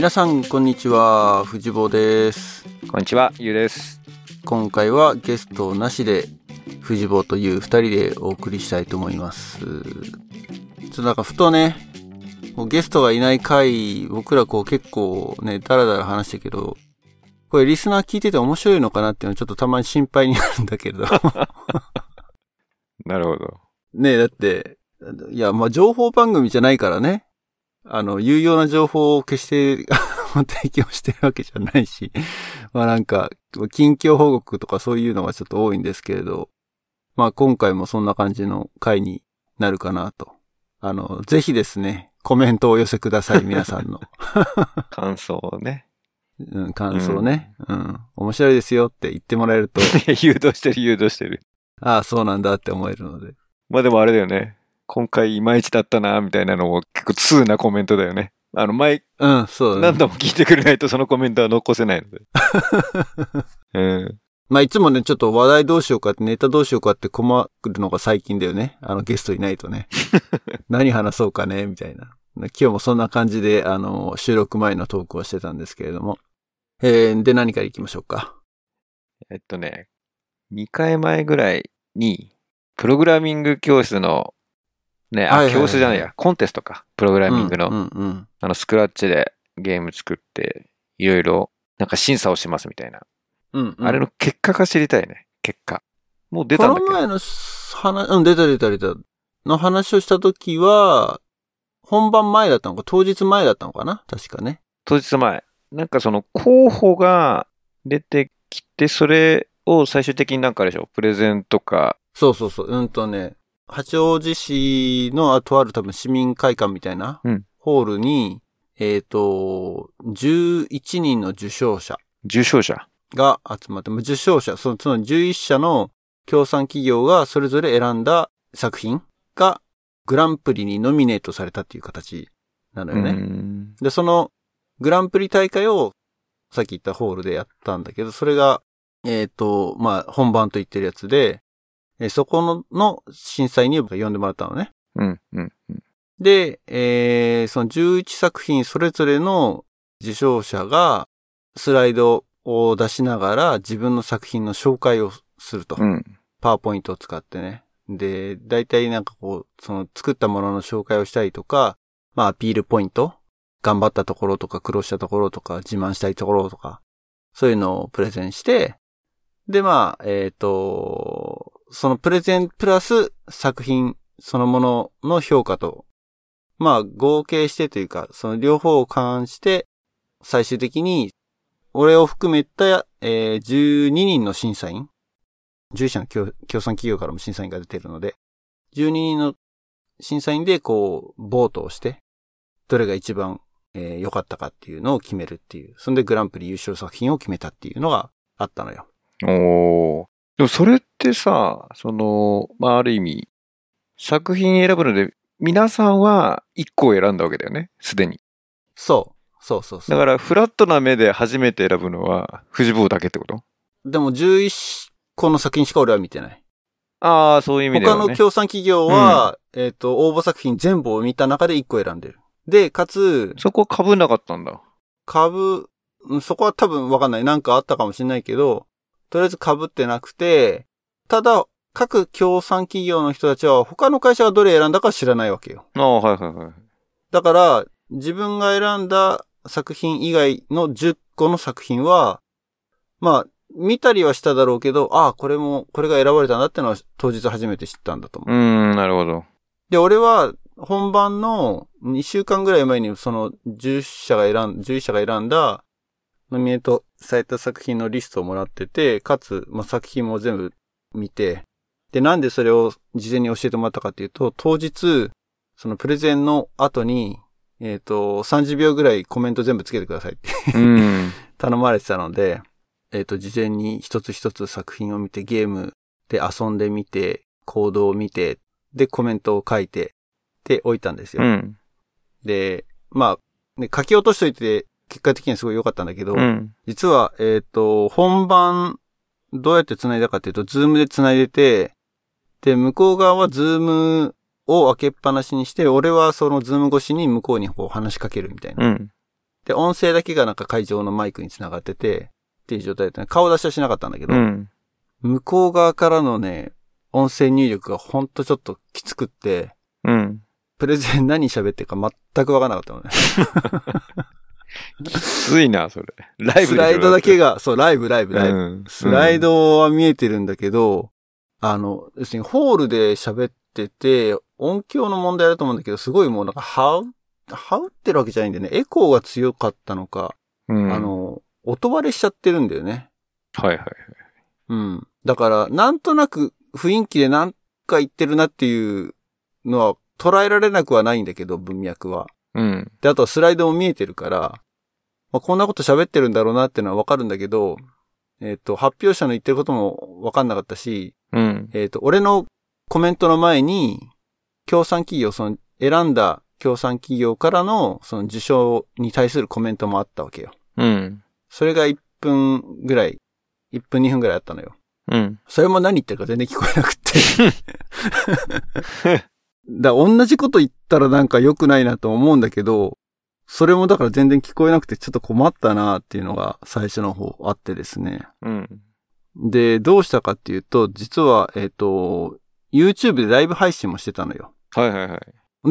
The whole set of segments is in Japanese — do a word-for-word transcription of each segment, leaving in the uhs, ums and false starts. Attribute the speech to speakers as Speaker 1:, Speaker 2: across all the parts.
Speaker 1: 皆さんこんにちは、藤坊です。
Speaker 2: こんにちは、ゆうです。
Speaker 1: 今回はゲストなしで藤坊とゆうふたりでお送りしたいと思います。ちょっとなんかふとね、もうゲストがいない回、僕らこう結構ねダラダラ話してるけど、これリスナー聞いてて面白いのかなっていうのはちょっとたまに心配になるんだけど
Speaker 2: なるほど
Speaker 1: ね。えだっていやまあ情報番組じゃないからね、あの有用な情報を決して提供してるわけじゃないし、まあなんか近況報告とかそういうのがちょっと多いんですけれど、まあ今回もそんな感じの回になるかなと。あのぜひですね、コメントをお寄せください、皆さんの
Speaker 2: 感想をね、
Speaker 1: うん、感想ね、うん、うん、面白いですよって言ってもらえると
Speaker 2: 誘導してる誘導してる。
Speaker 1: ああそうなんだって思えるので。
Speaker 2: まあでもあれだよね、今回いまいちだったなみたいなのも結構通なコメントだよね。あの前、
Speaker 1: うんそうだね、
Speaker 2: 何度も聞いてくれないとそのコメントは残せないのでうん。
Speaker 1: まあいつもねちょっと話題どうしようかってネタどうしようかって困るのが最近だよね。あのゲストいないとね何話そうかねみたいな。今日もそんな感じであの収録前のトークをしてたんですけれども、えー、で何から行きましょうか。
Speaker 2: えっとね、にかいまえぐらいにプログラミング教室のね、あ、はいはいはい、教室じゃないや、コンテストか、プログラミングの、うんうんうん、あのスクラッチでゲーム作っていろいろなんか審査をしますみたいな、うんうん、あれの結果が知りたいね。結果もう出たんだっけ。
Speaker 1: この前の話、うん、出た出た出たの話をしたときは本番前だったのか当日前だったのかな、確かね。
Speaker 2: 当日前。なんかその候補が出てきて、それを最終的になんかあれでしょ、プレゼントか。
Speaker 1: そうそうそう、うんとね、八王子市のとある多分市民会館みたいな、うん、ホールに、えっと、じゅういちにんの受賞者。
Speaker 2: 受賞者
Speaker 1: が集まって、受賞者、その、そのじゅういっしゃの協賛企業がそれぞれ選んだ作品がグランプリにノミネートされたっていう形なのよね。で、そのグランプリ大会をさっき言ったホールでやったんだけど、それが、えっと、まあ、本番と言ってるやつで、えそこの、の審査員に呼んでもらったのね。
Speaker 2: うんうんうん、
Speaker 1: で、えー、そのじゅういちさく品それぞれの受賞者がスライドを出しながら自分の作品の紹介をすると。うん、パワーポイントを使ってね。で、大体なんかこう、その作ったものの紹介をしたりとか、まあアピールポイント、頑張ったところとか苦労したところとか自慢したいところとか、そういうのをプレゼンして、でまあ、えっと、そのプレゼンプラス作品そのものの評価と、まあ合計してというか、その両方を勘案して、最終的に俺を含めた、えー、じゅうににんの審査員、じゅういっしゃの協賛企業からも審査員が出ているので、じゅうににんの審査員でこう、ボートをして、どれが一番良、えー、かったかっていうのを決めるっていう、そんでグランプリ優勝作品を決めたっていうのがあったのよ。
Speaker 2: おー。でもそれってさ、その、まあある意味、作品選ぶので、皆さんはいっこを選んだわけだよね、すでに。
Speaker 1: そう。そうそうそう。
Speaker 2: だからフラットな目で初めて選ぶのは藤坊だけってこと？
Speaker 1: でもじゅういっこの作品しか俺は見てない。
Speaker 2: ああ、そういう意味ではね。
Speaker 1: 他の協賛企業は、うん、えっと、応募作品全部を見た中でいっこ選んでる。で、かつ、
Speaker 2: そこは被んなかったんだ。
Speaker 1: 被、そこは多分わかんない。なんかあったかもしれないけど、とりあえず被ってなくて、ただ、各協賛企業の人たちは他の会社がどれ選んだか知らないわけよ。
Speaker 2: ああ、はいはいはい。
Speaker 1: だから、自分が選んだ作品以外のじゅっこの作品は、まあ、見たりはしただろうけど、ああ、これも、これが選ばれたんだってのは当日初めて知ったんだと思う。
Speaker 2: うーん、なるほど。
Speaker 1: で、俺は本番のにしゅうかんぐらい前にそのじゅっしゃが選ん、じゅういっしゃが選んだノミネートされた作品のリストをもらってて、かつ、まあ、作品も全部見て、で、なんでそれを事前に教えてもらったかっていうと、当日、そのプレゼンの後に、えっと、さんじゅうびょうぐらいコメント全部つけてくださいってうん頼まれてたので、えっと、事前に一つ一つ作品を見て、ゲームで遊んでみて、コードを見て、で、コメントを書いて、で、置いたんですよ。うん、で、まあ、ね、書き落としといて、結果的にはすごい良かったんだけど、うん、実は、えっと、本番、どうやって繋いだかっていうと、ズームで繋いでて、で、向こう側はズームを開けっぱなしにして、俺はそのズーム越しに向こうにこう話しかけるみたいな。うん、 で、音声だけがなんか会場のマイクにつながってて、っていう状態だったね。顔出しはしなかったんだけど、うん、向こう側からのね、音声入力がほんとちょっときつくって、うん、プレゼン何喋ってるか全くわからなかったのね。
Speaker 2: きついな、それ。ライブで
Speaker 1: スライドだけが、そう、ライブ、ライブ、ライブ。うん、スライドは見えてるんだけど、あの、要するにホールで喋ってて、音響の問題だと思うんだけど、すごいもうなんか、はう、はうってるわけじゃないんだよね。エコーが強かったのか、うん、あの、音割れしちゃってるんだよね。
Speaker 2: はいはいはい。
Speaker 1: うん。だから、なんとなく雰囲気でなんか言ってるなっていうのは捉えられなくはないんだけど、文脈は。うん。で、あとはスライドも見えてるから、まあ、こんなこと喋ってるんだろうなっていうのはわかるんだけど、えっと、発表者の言ってることもわかんなかったし、うん。えっと、俺のコメントの前に、協賛企業、その選んだ協賛企業からのその受賞に対するコメントもあったわけよ。うん。それがいっぷんぐらい、いっぷんにふんぐらいあったのよ。うん。それも何言ってるか全然聞こえなくて。だから同じこと言ったらなんか良くないなと思うんだけど、それもだから全然聞こえなくてちょっと困ったなっていうのが最初の方あってですね。うん。で、どうしたかっていうと、実は、えっと、YouTube でライブ配信もしてたのよ。
Speaker 2: はいはいはい。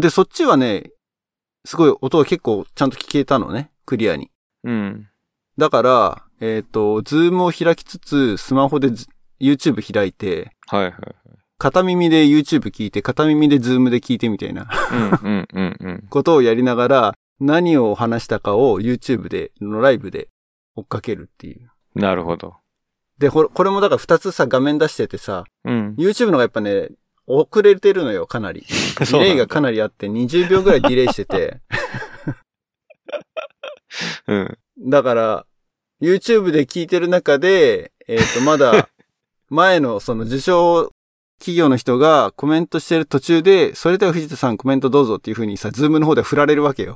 Speaker 1: で、そっちはね、すごい音が結構ちゃんと聞けたのね。クリアに。うん。だから、えっと、ズームを開きつつ、スマホで YouTube 開いて、はいはいはい。片耳で YouTube 聞いて、片耳で Zoom で聞いてみたいなうんうんうんうん、ことをやりながら、何を話したかを YouTube で、のライブで追っかけるっていう。
Speaker 2: なるほど。
Speaker 1: で、これ、これもだから二つさ、画面出しててさ、うん、YouTube のがやっぱね、遅れてるのよ、かなり。ディレイがかなりあって、にじゅうびょうぐらいディレイしてて。うん、だから、YouTube で聞いてる中で、えっと、まだ、前のその受賞企業の人がコメントしてる途中で、それでは藤田さんコメントどうぞっていう風にさ、ズームの方で振られるわけよ。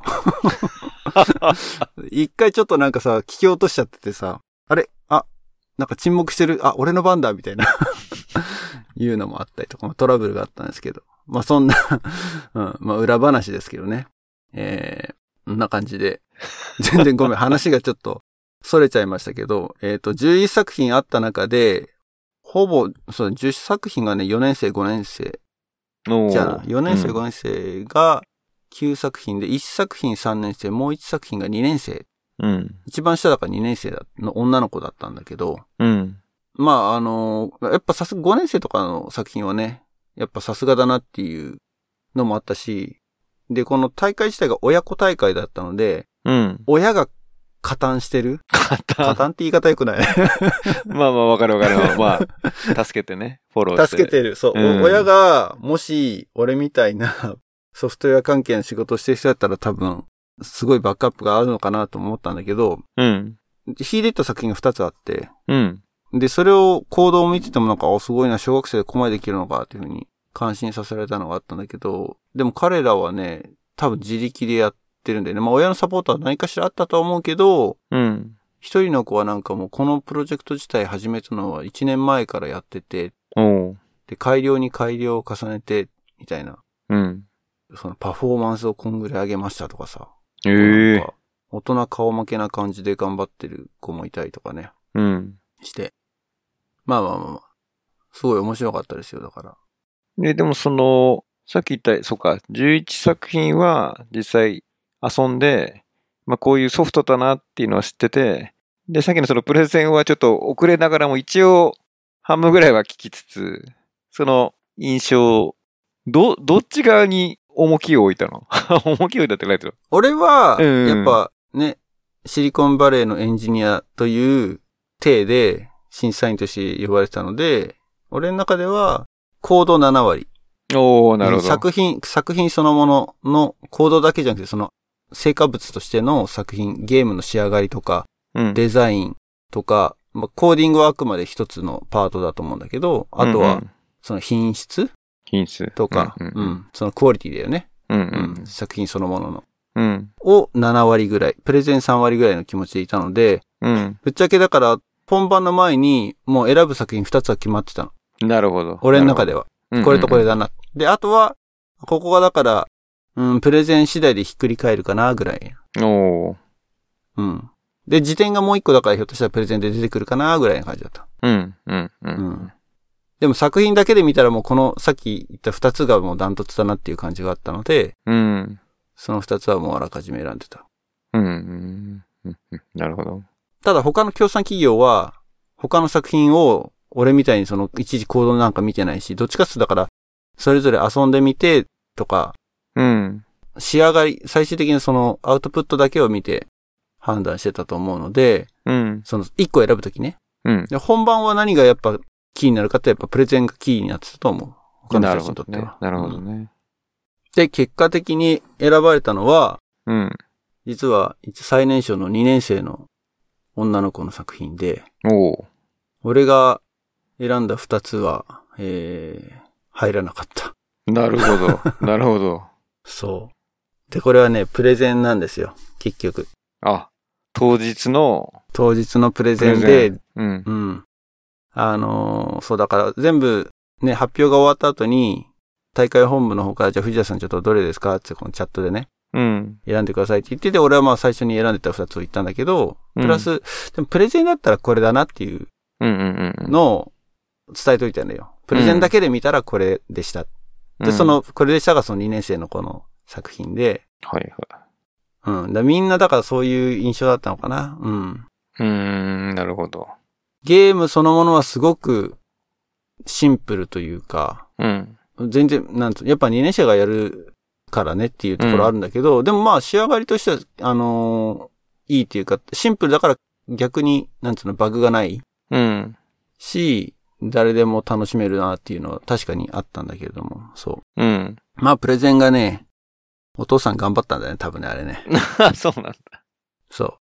Speaker 1: 一回ちょっとなんかさ、聞き落としちゃっててさ、あれあ、なんか沈黙してる、あ、俺の番だみたいな、いうのもあったりとか、まあ、トラブルがあったんですけど。まあそんな、うん、まあ裏話ですけどね。えー、こんな感じで。全然ごめん、話がちょっと逸れちゃいましたけど、えっと、じゅういっさく品あった中で、ほぼ、そう、じゅっさく品がね、よねん生、ごねん生。じゃあ、よねん生、うん、ごねん生がきゅうさく品で、いっさく品さんねん生、もういっさく品がにねん生。うん。一番下だからにねん生だの女の子だったんだけど、うん。まあ、あのー、やっぱさすがごねん生とかの作品はね、やっぱさすがだなっていうのもあったし、で、この大会自体が親子大会だったので、うん。親が加担してる加担加担って言い方よくない
Speaker 2: まあまあわかるわかる。まあ、助けてね、フォローして。
Speaker 1: 助けてる。そう、うん。親が、もし、俺みたいなソフトウェア関係の仕事をしてる人だったら多分、すごいバックアップがあるのかなと思ったんだけど、うん。秀でた作品がふたつあって、うん。で、それを行動を見ててもなんか、あ、すごいな、小学生でここまでできるのかっていうふうに感心させられたのがあったんだけど、でも彼らはね、多分自力でやってるんだよね。まあ親のサポートは何かしらあったとは思うけど、うん。一人の子はなんかもうこのプロジェクト自体始めたのはいちねんまえからやってて、うん。で、改良に改良を重ねて、みたいな。うん。そのパフォーマンスをこんぐらい上げましたとかさ。ええー。なんか大人顔負けな感じで頑張ってる子もいたりとかね。うん。して。まあまあまあまあ。すごい面白かったですよ、だから。
Speaker 2: で、でもその、さっき言った、そうか、じゅういちさく品は実際遊んで、まあこういうソフトだなっていうのは知ってて、で、さっきのそのプレゼンはちょっと遅れながらも一応半分ぐらいは聞きつつ、その印象、ど、どっち側に重きを置いたの重きを置いたって書いてる。
Speaker 1: 俺は、やっぱね、シリコンバレーのエンジニアという体で審査員として呼ばれてたので、俺の中ではコードなな割。
Speaker 2: おー、なるほど。
Speaker 1: 作品、作品そのもののコードだけじゃなくて、その成果物としての作品、ゲームの仕上がりとか、うん、デザインとか、まあ、コーディングはあくまで一つのパートだと思うんだけど、あとは、その品質
Speaker 2: 品質
Speaker 1: とか、うん、うんうん、そのクオリティだよね。うんうんうん、作品そのものの。うん、をなな割ぐらい、プレゼンさん割ぐらいの気持ちでいたので、うん、ぶっちゃけだから、本番の前にもう選ぶ作品ふたつは決まってたの。
Speaker 2: なるほど。
Speaker 1: 俺の中では。これとこれだな。で、あとは、ここがだから、うん、プレゼン次第でひっくり返るかな、ぐらい。おー。 うん。で、辞典がもう一個だからひょっとしたらプレゼンで出てくるかなぐらいな感じだった。
Speaker 2: うん、うん、う
Speaker 1: ん。うん。でも作品だけで見たらもうこのさっき言った二つがもうダントツだなっていう感じがあったので、
Speaker 2: うん。
Speaker 1: その二つはもうあらかじめ選んでた。
Speaker 2: うん、うん。うん、なるほど。
Speaker 1: ただ他の協賛企業は、他の作品を俺みたいにその一時行動なんか見てないし、どっちかっていうとだから、それぞれ遊んでみてとか、
Speaker 2: うん。
Speaker 1: 仕上がり、最終的にそのアウトプットだけを見て判断してたと思うので、
Speaker 2: うん。
Speaker 1: その一個選ぶときね。
Speaker 2: うん。
Speaker 1: で、本番は何がやっぱキーになるかってやっぱプレゼンがキーになってたと思う。他の人たちにとっては。
Speaker 2: なるほどね。なるほどね、うん。
Speaker 1: で、結果的に選ばれたのは、
Speaker 2: うん。
Speaker 1: 実は最年少のにねん生の女の子の作品で、
Speaker 2: おう。
Speaker 1: 俺が選んだ二つは、えー、入らなかった。
Speaker 2: なるほど。なるほど。
Speaker 1: そう。で、これはね、プレゼンなんですよ。結局。
Speaker 2: あ、当日の。
Speaker 1: 当日のプレゼンで、
Speaker 2: ンうん。
Speaker 1: うん。あのー、そうだから全部ね、発表が終わった後に、大会本部の方から、じゃあ藤田さんちょっとどれですかってこのチャットでね。
Speaker 2: うん。
Speaker 1: 選んでくださいって言ってて、俺はまあ最初に選んでた二つを言ったんだけど、プラス、うん、でもプレゼンだったらこれだなっていうのを伝えといたんだよ。プレゼンだけで見たらこれでした。うん、で、その、これでしたがそのにねん生の子の作品で。
Speaker 2: はいはい。
Speaker 1: うん。だみんなだからそういう印象だったのかな。うん。
Speaker 2: うーん、なるほど。
Speaker 1: ゲームそのものはすごくシンプルというか、
Speaker 2: うん。
Speaker 1: 全然、なんつやっぱにねん生がやるからねっていうところあるんだけど、うん、でもまあ仕上がりとしては、あのー、いいっていうか、シンプルだから逆に、なんつうの、バグがない。
Speaker 2: うん。
Speaker 1: し、誰でも楽しめるなっていうのは確かにあったんだけれども、そう。
Speaker 2: うん。
Speaker 1: まあプレゼンがね、お父さん頑張ったんだね、多分ね、あれね。
Speaker 2: そうなんだ。
Speaker 1: そう。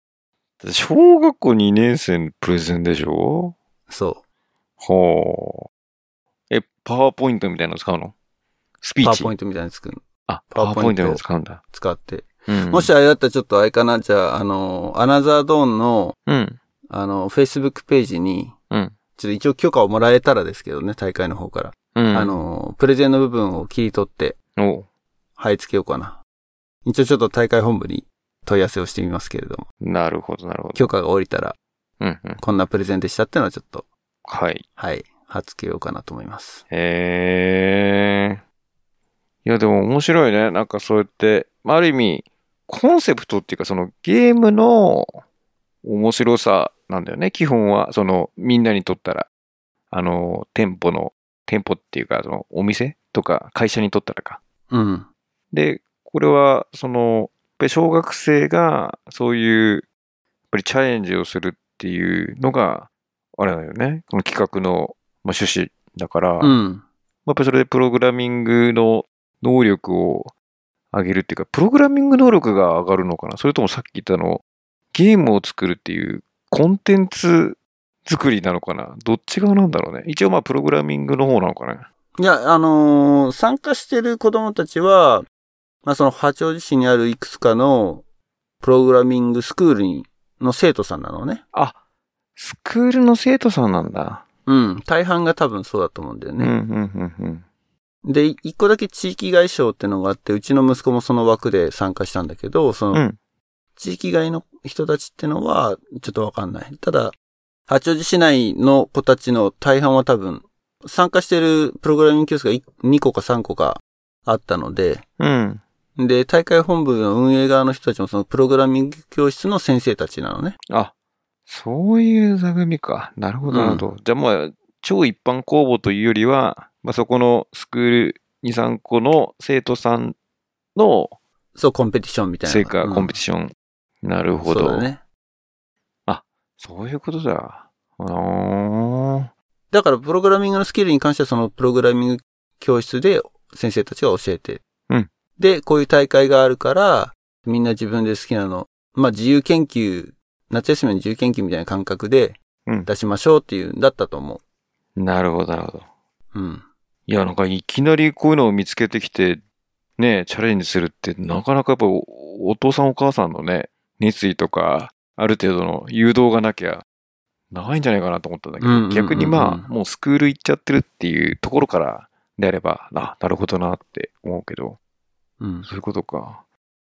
Speaker 2: 小学校にねん生のプレゼンでしょ？
Speaker 1: そう。
Speaker 2: はあ。え、パワーポイントみたいなの使うの？スピーチ？
Speaker 1: パワーポイントみたいなの作るの。
Speaker 2: あ、パワーポイントみたいなの使うんだ。
Speaker 1: 使って。
Speaker 2: うん、
Speaker 1: もしあれだったらちょっとあれかな、じゃあ、あの、アナザードーンの、
Speaker 2: うん、
Speaker 1: あの、Facebook ページに、
Speaker 2: うん、
Speaker 1: ちょっと一応許可をもらえたらですけどね、大会の方から。
Speaker 2: うん、
Speaker 1: あの、プレゼンの部分を切り取って、
Speaker 2: お
Speaker 1: 貼り付けようかな。一応ちょっと大会本部に問い合わせをしてみますけれども。
Speaker 2: なるほど、なるほど。
Speaker 1: 許可が下りたら、
Speaker 2: うんうん、
Speaker 1: こんなプレゼンでしたっていうのはちょっと、
Speaker 2: はい。
Speaker 1: はい、貼っ付けようかなと思います。
Speaker 2: へー。いや、でも面白いね。なんかそうやって、ある意味、コンセプトっていうか、そのゲームの面白さなんだよね。基本は、その、みんなにとったら、あの、店舗の、店舗っていうか、その、お店とか、会社にとったらか。
Speaker 1: うん。
Speaker 2: で、これは、その、やっぱり小学生が、そういう、やっぱりチャレンジをするっていうのが、あれだよね。この企画の、まあ、趣旨だから、
Speaker 1: うん。
Speaker 2: やっぱりそれでプログラミングの能力を上げるっていうか、プログラミング能力が上がるのかな？それともさっき言ったの、ゲームを作るっていうコンテンツ作りなのかな？どっち側なんだろうね。一応まあプログラミングの方なのかな。
Speaker 1: いや、あのー、参加してる子供たちは、まあその八王子市にあるいくつかのプログラミングスクールにの生徒さんなのね。
Speaker 2: あ、スクールの生徒さんなんだ。
Speaker 1: うん。大半が多分そうだと思うんだよね。
Speaker 2: うん、うん、うん、
Speaker 1: うん。で、一個だけ地域外賞ってのがあって、うちの息子もその枠で参加したんだけど、その、うん、地域外の人たちってのは、ちょっとわかんない。ただ、八王子市内の子たちの大半は多分、参加してるプログラミング教室がにこかさんこかあったので、
Speaker 2: うん。
Speaker 1: で、大会本部の運営側の人たちもそのプログラミング教室の先生たちなのね。
Speaker 2: あ、そういう座組か。なるほど、なるほど。うん、じゃあもう、超一般公募というよりは、まあ、そこのスクールに、さんこの生徒さんの、
Speaker 1: そう、コンペティションみたいな。
Speaker 2: 成果、コンペティション。うん、なるほど。
Speaker 1: そうだね。
Speaker 2: あ、そういうことだ。あー
Speaker 1: だから、プログラミングのスキルに関しては、そのプログラミング教室で先生たちが教えて。
Speaker 2: うん。
Speaker 1: で、こういう大会があるから、みんな自分で好きなの。まあ、自由研究、夏休みの自由研究みたいな感覚で出しましょうっていうんだったと思う。
Speaker 2: うん、なるほど、なるほど。
Speaker 1: うん。
Speaker 2: いや、なんかいきなりこういうのを見つけてきて、ね、チャレンジするって、なかなかやっぱ お, お父さんお母さんのね、熱意とか、ある程度の誘導がなきゃ、ないんじゃないかなと思ったんだけど、うんうんうんうん、逆にまあ、もうスクール行っちゃってるっていうところからであれば、な、なるほどなって思うけど、
Speaker 1: うん、
Speaker 2: そういうことか。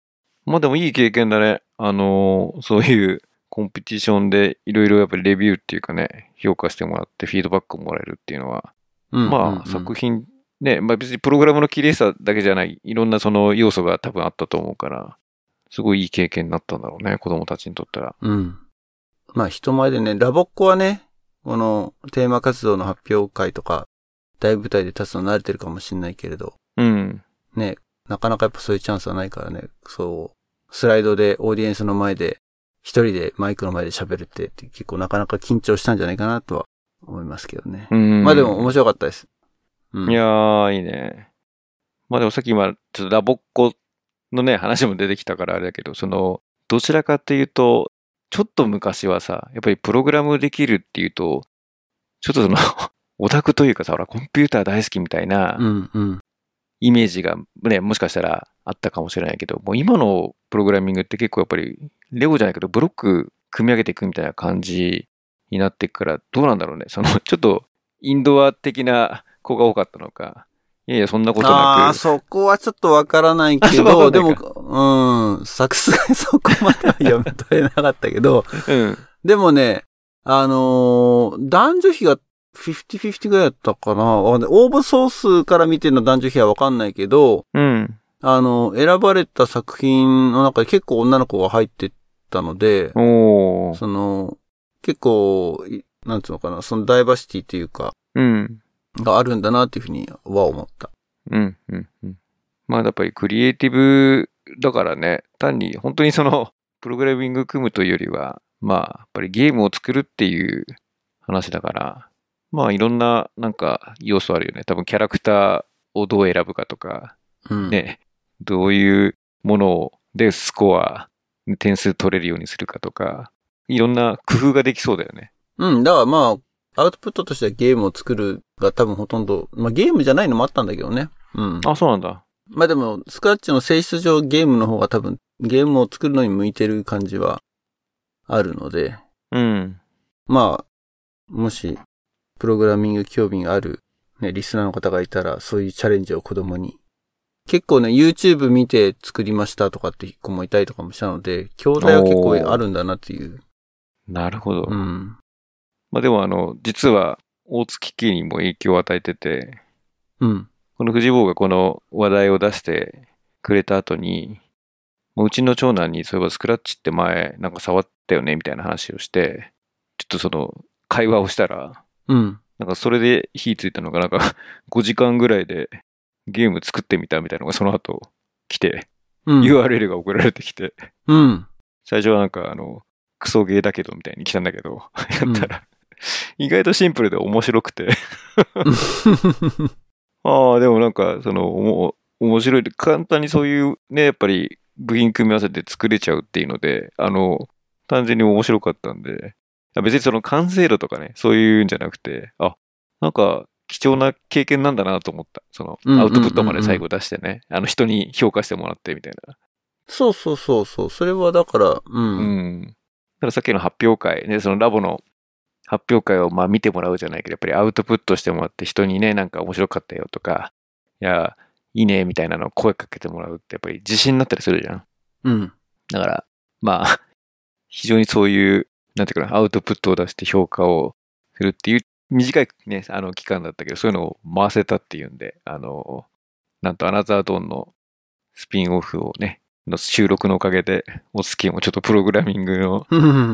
Speaker 2: まあでもいい経験だね。あのー、そういうコンペティションでいろいろやっぱりレビューっていうかね、評価してもらってフィードバックをもらえるっていうのは、うんうんうん、まあ作品、ね、まあ別にプログラムの綺麗さだけじゃない、いろんなその要素が多分あったと思うから、すごいいい経験になったんだろうね、子供たちにとったら。
Speaker 1: うん。まあ人前でね、ラボっ子はね、このテーマ活動の発表会とか、大舞台で立つの慣れてるかもしれないけれど、
Speaker 2: うん。
Speaker 1: ね、なかなかやっぱそういうチャンスはないからね、そう、スライドでオーディエンスの前で、一人でマイクの前で喋るってって結構なかなか緊張したんじゃないかなとは思いますけどね。うん。まあでも面白かったです。
Speaker 2: うん、いやー、いいね。まあでもさっき今、ちょっとラボっ子のね、話も出てきたからあれだけど、その、どちらかっていうと、ちょっと昔はさ、やっぱりプログラムできるっていうと、ちょっとその、オタクというかさ、ほら、コンピューター大好きみたいな、イメージがね、もしかしたらあったかもしれないけど、もう今のプログラミングって結構やっぱり、レゴじゃないけど、ブロック組み上げていくみたいな感じになっていくから、どうなんだろうね。その、ちょっと、インドア的な子が多かったのか。いやいや、そんなことなく。
Speaker 1: ああ、そこはちょっとわからないけど、でも、うん、さすがにそこまでは読み取れなかったけど、うん、でもね、あのー、男女比がフィフティフィフティぐらいだったかな。応募総数から見ての男女比はわかんないけど、うん、あの、選ばれた作品の中で結構女の子が入ってたので、おその、結構、なんつうのかな、そのダイバーシティというか、うん。があるんだなっていうふうには思った。
Speaker 2: うん、うん、うん。まあやっぱりクリエイティブだからね、単に本当にそのプログラミング組むというよりは、まあやっぱりゲームを作るっていう話だから、まあいろんななんか要素あるよね。多分キャラクターをどう選ぶかとか、うん、ね、どういうものでスコア、点数取れるようにするかとか、いろんな工夫ができそうだよね。
Speaker 1: うん、だからまあ、アウトプットとしてはゲームを作るが多分ほとんど、まあゲームじゃないのもあったんだけどね。うん。
Speaker 2: あ、そうなんだ。
Speaker 1: まあでも、スクラッチの性質上ゲームの方が多分、ゲームを作るのに向いてる感じはあるので。うん。まあ、もし、プログラミング興味がある、ね、リスナーの方がいたら、そういうチャレンジを子供に。結構ね、YouTube 見て作りましたとかって子もいたりとかもしたので、教材は結構あるんだなっていう。
Speaker 2: なるほど。うん。まあでもあの、実は大月家にも影響を与えてて、うん。この藤坊がこの話題を出してくれた後に、もううちの長男にそういえばスクラッチって前なんか触ったよねみたいな話をして、ちょっとその会話をしたら、うん。なんかそれで火ついたのがなんかごじかんぐらいでゲーム作ってみたみたいなのがその後来て、うん、ユーアールエル が送られてきて、うん。最初はなんかあの、クソゲーだけどみたいに来たんだけど、やったら、うん意外とシンプルで面白くてああ、でもなんか、その、お面白い。簡単にそういうね、やっぱり部品組み合わせて作れちゃうっていうので、あの、単純に面白かったんで、別にその完成度とかね、そういうんじゃなくて、あ、なんか貴重な経験なんだなと思った。その、アウトプットまで最後出してね、あの人に評価してもらってみたいな。
Speaker 1: そうそうそうそう。それはだから、うん。
Speaker 2: うん。だからさっきの発表会ね、そのラボの発表会をまあ見てもらうじゃないけど、やっぱりアウトプットしてもらって人にね、なんか面白かったよとか、いや、いいねみたいなのを声かけてもらうってやっぱり自信になったりするじゃん。うん。だから、まあ、非常にそういう、なんていうかな、アウトプットを出して評価をするっていう短いね、あの期間だったけど、そういうのを回せたっていうんで、あの、なんとアナザードーンのスピンオフをね、の収録のおかげで、お月もちょっとプログラミングの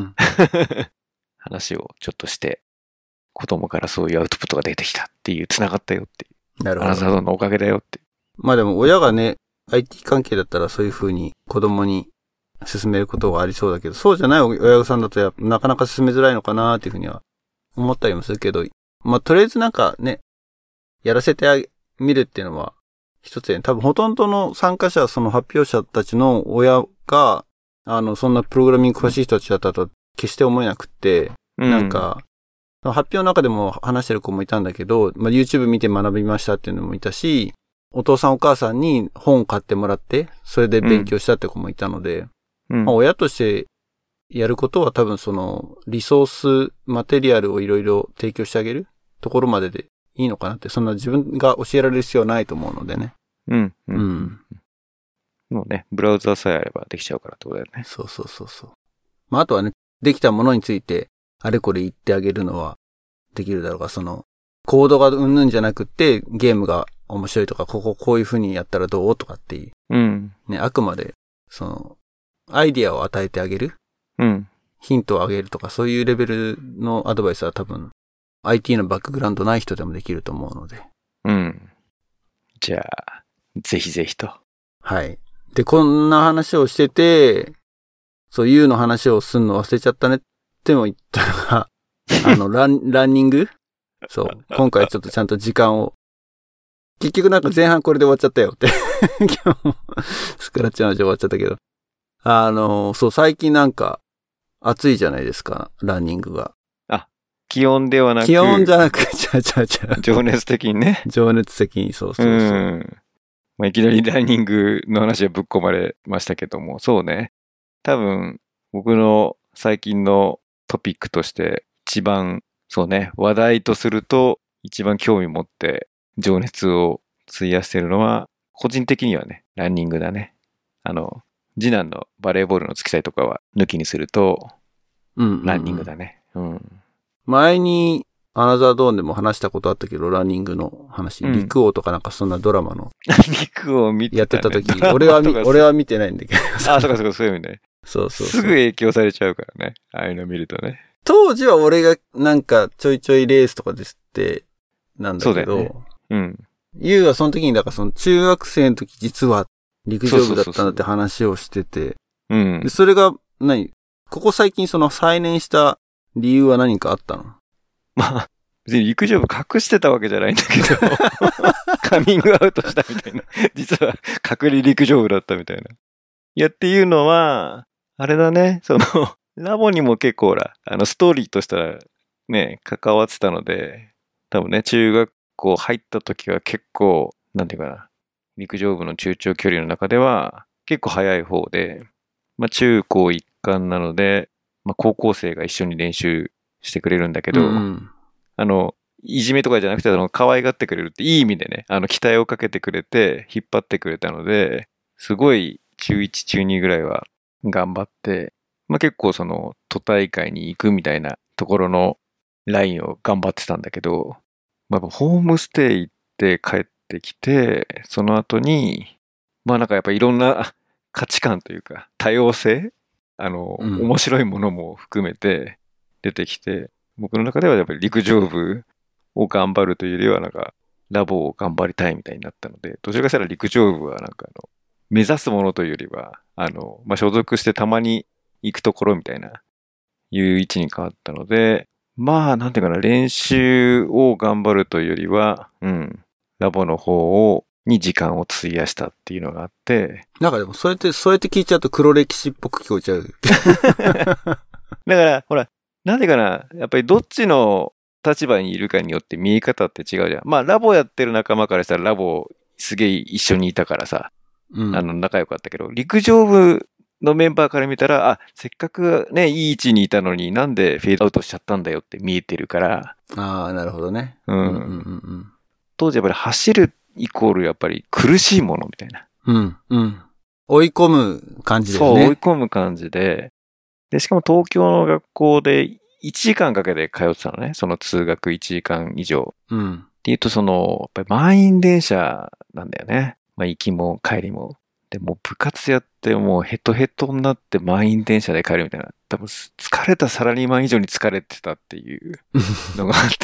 Speaker 2: 話をちょっとして、子供からそういうアウトプットが出てきたっていう、繋がったよっていう。なるほど。アナザードーンのおかげだよって。
Speaker 1: まあでも親がね、アイティー 関係だったらそういう風に子供に進めることがありそうだけど、そうじゃない親御さんだとやなかなか進めづらいのかなっていう風には思ったりもするけど、まあとりあえずなんかね、やらせてあげ、見るっていうのは一つで、ね、多分ほとんどの参加者、その発表者たちの親が、あの、そんなプログラミング詳しい人たちだったと決して思えなくって、うん、なんか、発表の中でも話してる子もいたんだけど、まあ、YouTube 見て学びましたっていうのもいたし、お父さんお母さんに本買ってもらって、それで勉強したって子もいたので、うんまあ、親としてやることは多分そのリソース、マテリアルをいろいろ提供してあげるところまででいいのかなって、そんな自分が教えられる必要はないと思うのでね。うん。うん。
Speaker 2: もうね、ブラウザさえあればできちゃうからってことだよね。
Speaker 1: そうそうそうそう。まあ、あとはね、できたものについて、あれこれ言ってあげるのはできるだろうが、その、コードがうんぬんじゃなくて、ゲームが面白いとか、こここういう風にやったらどうとかっていう。
Speaker 2: うん。
Speaker 1: ね、あくまで、その、アイディアを与えてあげる。
Speaker 2: うん。
Speaker 1: ヒントをあげるとか、そういうレベルのアドバイスは多分、アイティー のバックグラウンドない人でもできると思うので。
Speaker 2: うん。じゃあ、ぜひぜひと。
Speaker 1: はい。で、こんな話をしてて、そう、U の話をすんの忘れちゃったねっても言ったのが、あの、ラン、ランニングそう。今回ちょっとちゃんと時間を。結局なんか前半これで終わっちゃったよって。今日もスクラッチの話終わっちゃったけど。あの、そう、最近なんか暑いじゃないですか、ランニングが。
Speaker 2: あ、気温ではなく。
Speaker 1: 気温じゃなく、ちゃちゃちゃ。
Speaker 2: 情熱的にね。
Speaker 1: 情熱的に、そうそうそう。うん。
Speaker 2: まあ、いきなりランニングの話はぶっ込まれましたけども、そうね。多分、僕の最近のトピックとして一番、そうね、話題とすると一番興味持って情熱を費やしているのは、個人的にはね、ランニングだね。あの、次男のバレーボールの付き合いとかは抜きにすると、うん、うん、ランニングだね。うん。
Speaker 1: 前に、アナザードーンでも話したことあったけど、ランニングの話、うん、陸王とかなんかそんなドラマの。
Speaker 2: 陸王見てた、ね、
Speaker 1: やってた時、俺は見、俺は見てないんだけど。
Speaker 2: あ、そうかそうか、そういう意味ね。
Speaker 1: そうそう
Speaker 2: そう。すぐ影響されちゃうからね。ああいうの見るとね。
Speaker 1: 当時は俺がなんかちょいちょいレースとかですって、なんだけど。そうだよね。うん。ユウはその時に、だからその中学生の時実は陸上部だったんだって話をしてて。
Speaker 2: うん。
Speaker 1: でそれが、何ここ最近その再燃した理由は何かあったの？
Speaker 2: まあ、別に陸上部隠してたわけじゃないんだけど、カミングアウトしたみたいな。実は隠れ陸上部だったみたいな。いやっていうのは、あれだね、その、ラボにも結構ほら、あの、ストーリーとしたらね、関わってたので、多分ね、中学校入った時は結構、なんていうかな、陸上部の中長距離の中では結構早い方で、まあ中高一貫なので、まあ高校生が一緒に練習してくれるんだけど、うん、あの、いじめとかじゃなくて、あの、可愛がってくれるっていい意味でね、あの、期待をかけてくれて、引っ張ってくれたので、すごい中いち、中にぐらいは頑張って、まあ結構その、都大会に行くみたいなところのラインを頑張ってたんだけど、まあホームステイ行って帰ってきて、その後に、まあなんかやっぱいろんな価値観というか、多様性あの、うん、面白いものも含めて出てきて、僕の中ではやっぱり陸上部を頑張るというよりはなんかラボを頑張りたいみたいになったので、どちらかしたら陸上部はなんかあの目指すものというよりはあの、まあ、所属してたまに行くところみたいないう位置に変わったので、まあなんていうかな、練習を頑張るというよりは、うん、ラボの方をに時間を費やしたっていうのがあって。
Speaker 1: なんかでもそうやってそうやって聞いちゃうと黒歴史っぽく聞こえちゃう。
Speaker 2: だからほら。なんでかな、やっぱりどっちの立場にいるかによって見え方って違うじゃん。まあラボやってる仲間からしたらラボすげえ一緒にいたからさ、うん、あの仲良かったけど、陸上部のメンバーから見たら、あ、せっかくね、いい位置にいたのになんでフェードアウトしちゃったんだよって見えてるから。
Speaker 1: ああ、なるほどね。
Speaker 2: うん。うんうんうん、当時やっぱり走るイコールやっぱり苦しいものみたいな。
Speaker 1: うん、うん。追い込む感じだよね。
Speaker 2: そう、追い込む感じで。で、しかも東京の学校でいちじかんかけて通ってたのね。その通学いちじかん以上。
Speaker 1: うん。
Speaker 2: っていうと、その、やっぱり満員電車なんだよね。まあ、行きも帰りも。で、もう部活やってもうヘトヘトになって満員電車で帰るみたいな。多分、疲れたサラリーマン以上に疲れてたっていうのがあって。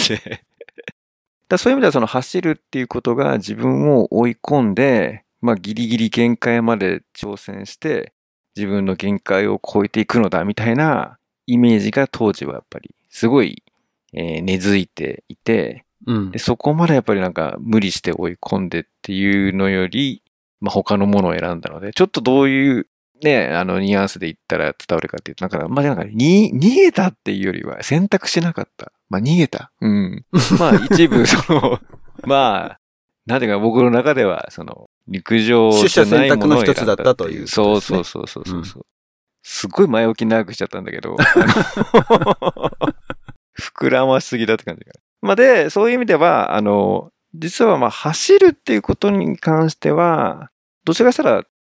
Speaker 2: だそういう意味では、その走るっていうことが自分を追い込んで、まあ、ギリギリ限界まで挑戦して、自分の限界を超えていくのだみたいなイメージが当時はやっぱりすごい、えー、根付いていて、うん、でそこまでやっぱりなんか無理して追い込んでっていうのより、まあ、他のものを選んだので、ちょっとどういうね、あのニュアンスで言ったら伝わるかっていうと、なんか、まあ、なんかに逃げたっていうよりは選択しなかった。まあ逃げた。うん。まあ一部その、まあ、なんていうか僕の中ではその、陸上じゃないものを選んだっていう。取捨選択の一つだったという、ね。そうそうそうそうそう、うん。すごい前置き長くしちゃったんだけど、膨らましすぎだって感じが。まあで、そういう意味では、あの、実はまあ走るっていうことに関しては、どちらかしたら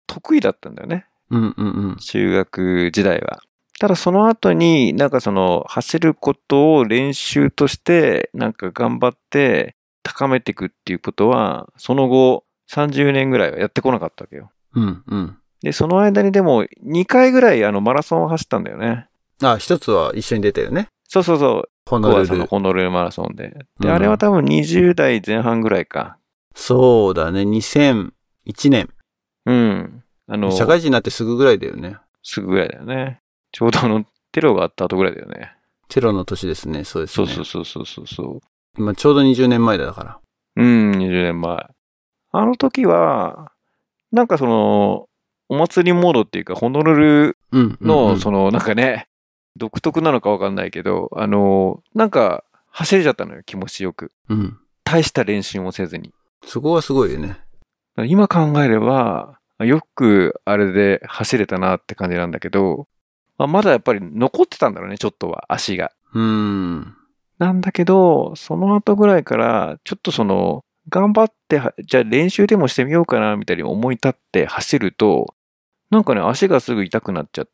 Speaker 2: 得意だったんだよね。
Speaker 1: うんうんうん。
Speaker 2: 中学時代は。ただその後になんかその走ることを練習としてなんか頑張って高めていくっていうことはその後さんじゅうねんぐらいはやってこなかったわけよ。
Speaker 1: うんうん。で、
Speaker 2: その間にでもにかいぐらいあのマラソンを走ったんだよね。
Speaker 1: あ、一つは一緒に出たよね。
Speaker 2: そうそうそう。
Speaker 1: ホノルル。
Speaker 2: ホノルルマラソンで。で、うん、あれは多分にじゅう代前半ぐらいか。
Speaker 1: そうだね。にせんいちねん。
Speaker 2: うん。あの、
Speaker 1: 社会人になってすぐぐらいだよね。
Speaker 2: すぐぐらいだよね。ちょうどあの、テロがあった後ぐらいだよね。
Speaker 1: テロの年ですね。そうですね。
Speaker 2: そうそうそうそうそう。
Speaker 1: 今ちょうどにじゅうねんまえだから。
Speaker 2: うん、にじゅうねんまえ。あの時は、なんかその、お祭りモードっていうか、ホノルルの、その、なんかね、独特なのかわかんないけど、あの、なんか、走れちゃったのよ、気持ちよく。
Speaker 1: うん。
Speaker 2: 大した練習もせずに。
Speaker 1: そこはすごいよね。
Speaker 2: 今考えれば、よくあれで走れたなって感じなんだけど、まあ、まだやっぱり残ってたんだろうね、ちょっとは、足が。
Speaker 1: うーん。
Speaker 2: なんだけど、その後ぐらいから、ちょっとその、頑張って、じゃあ練習でもしてみようかな、みたいに思い立って走ると、なんかね、足がすぐ痛くなっちゃって、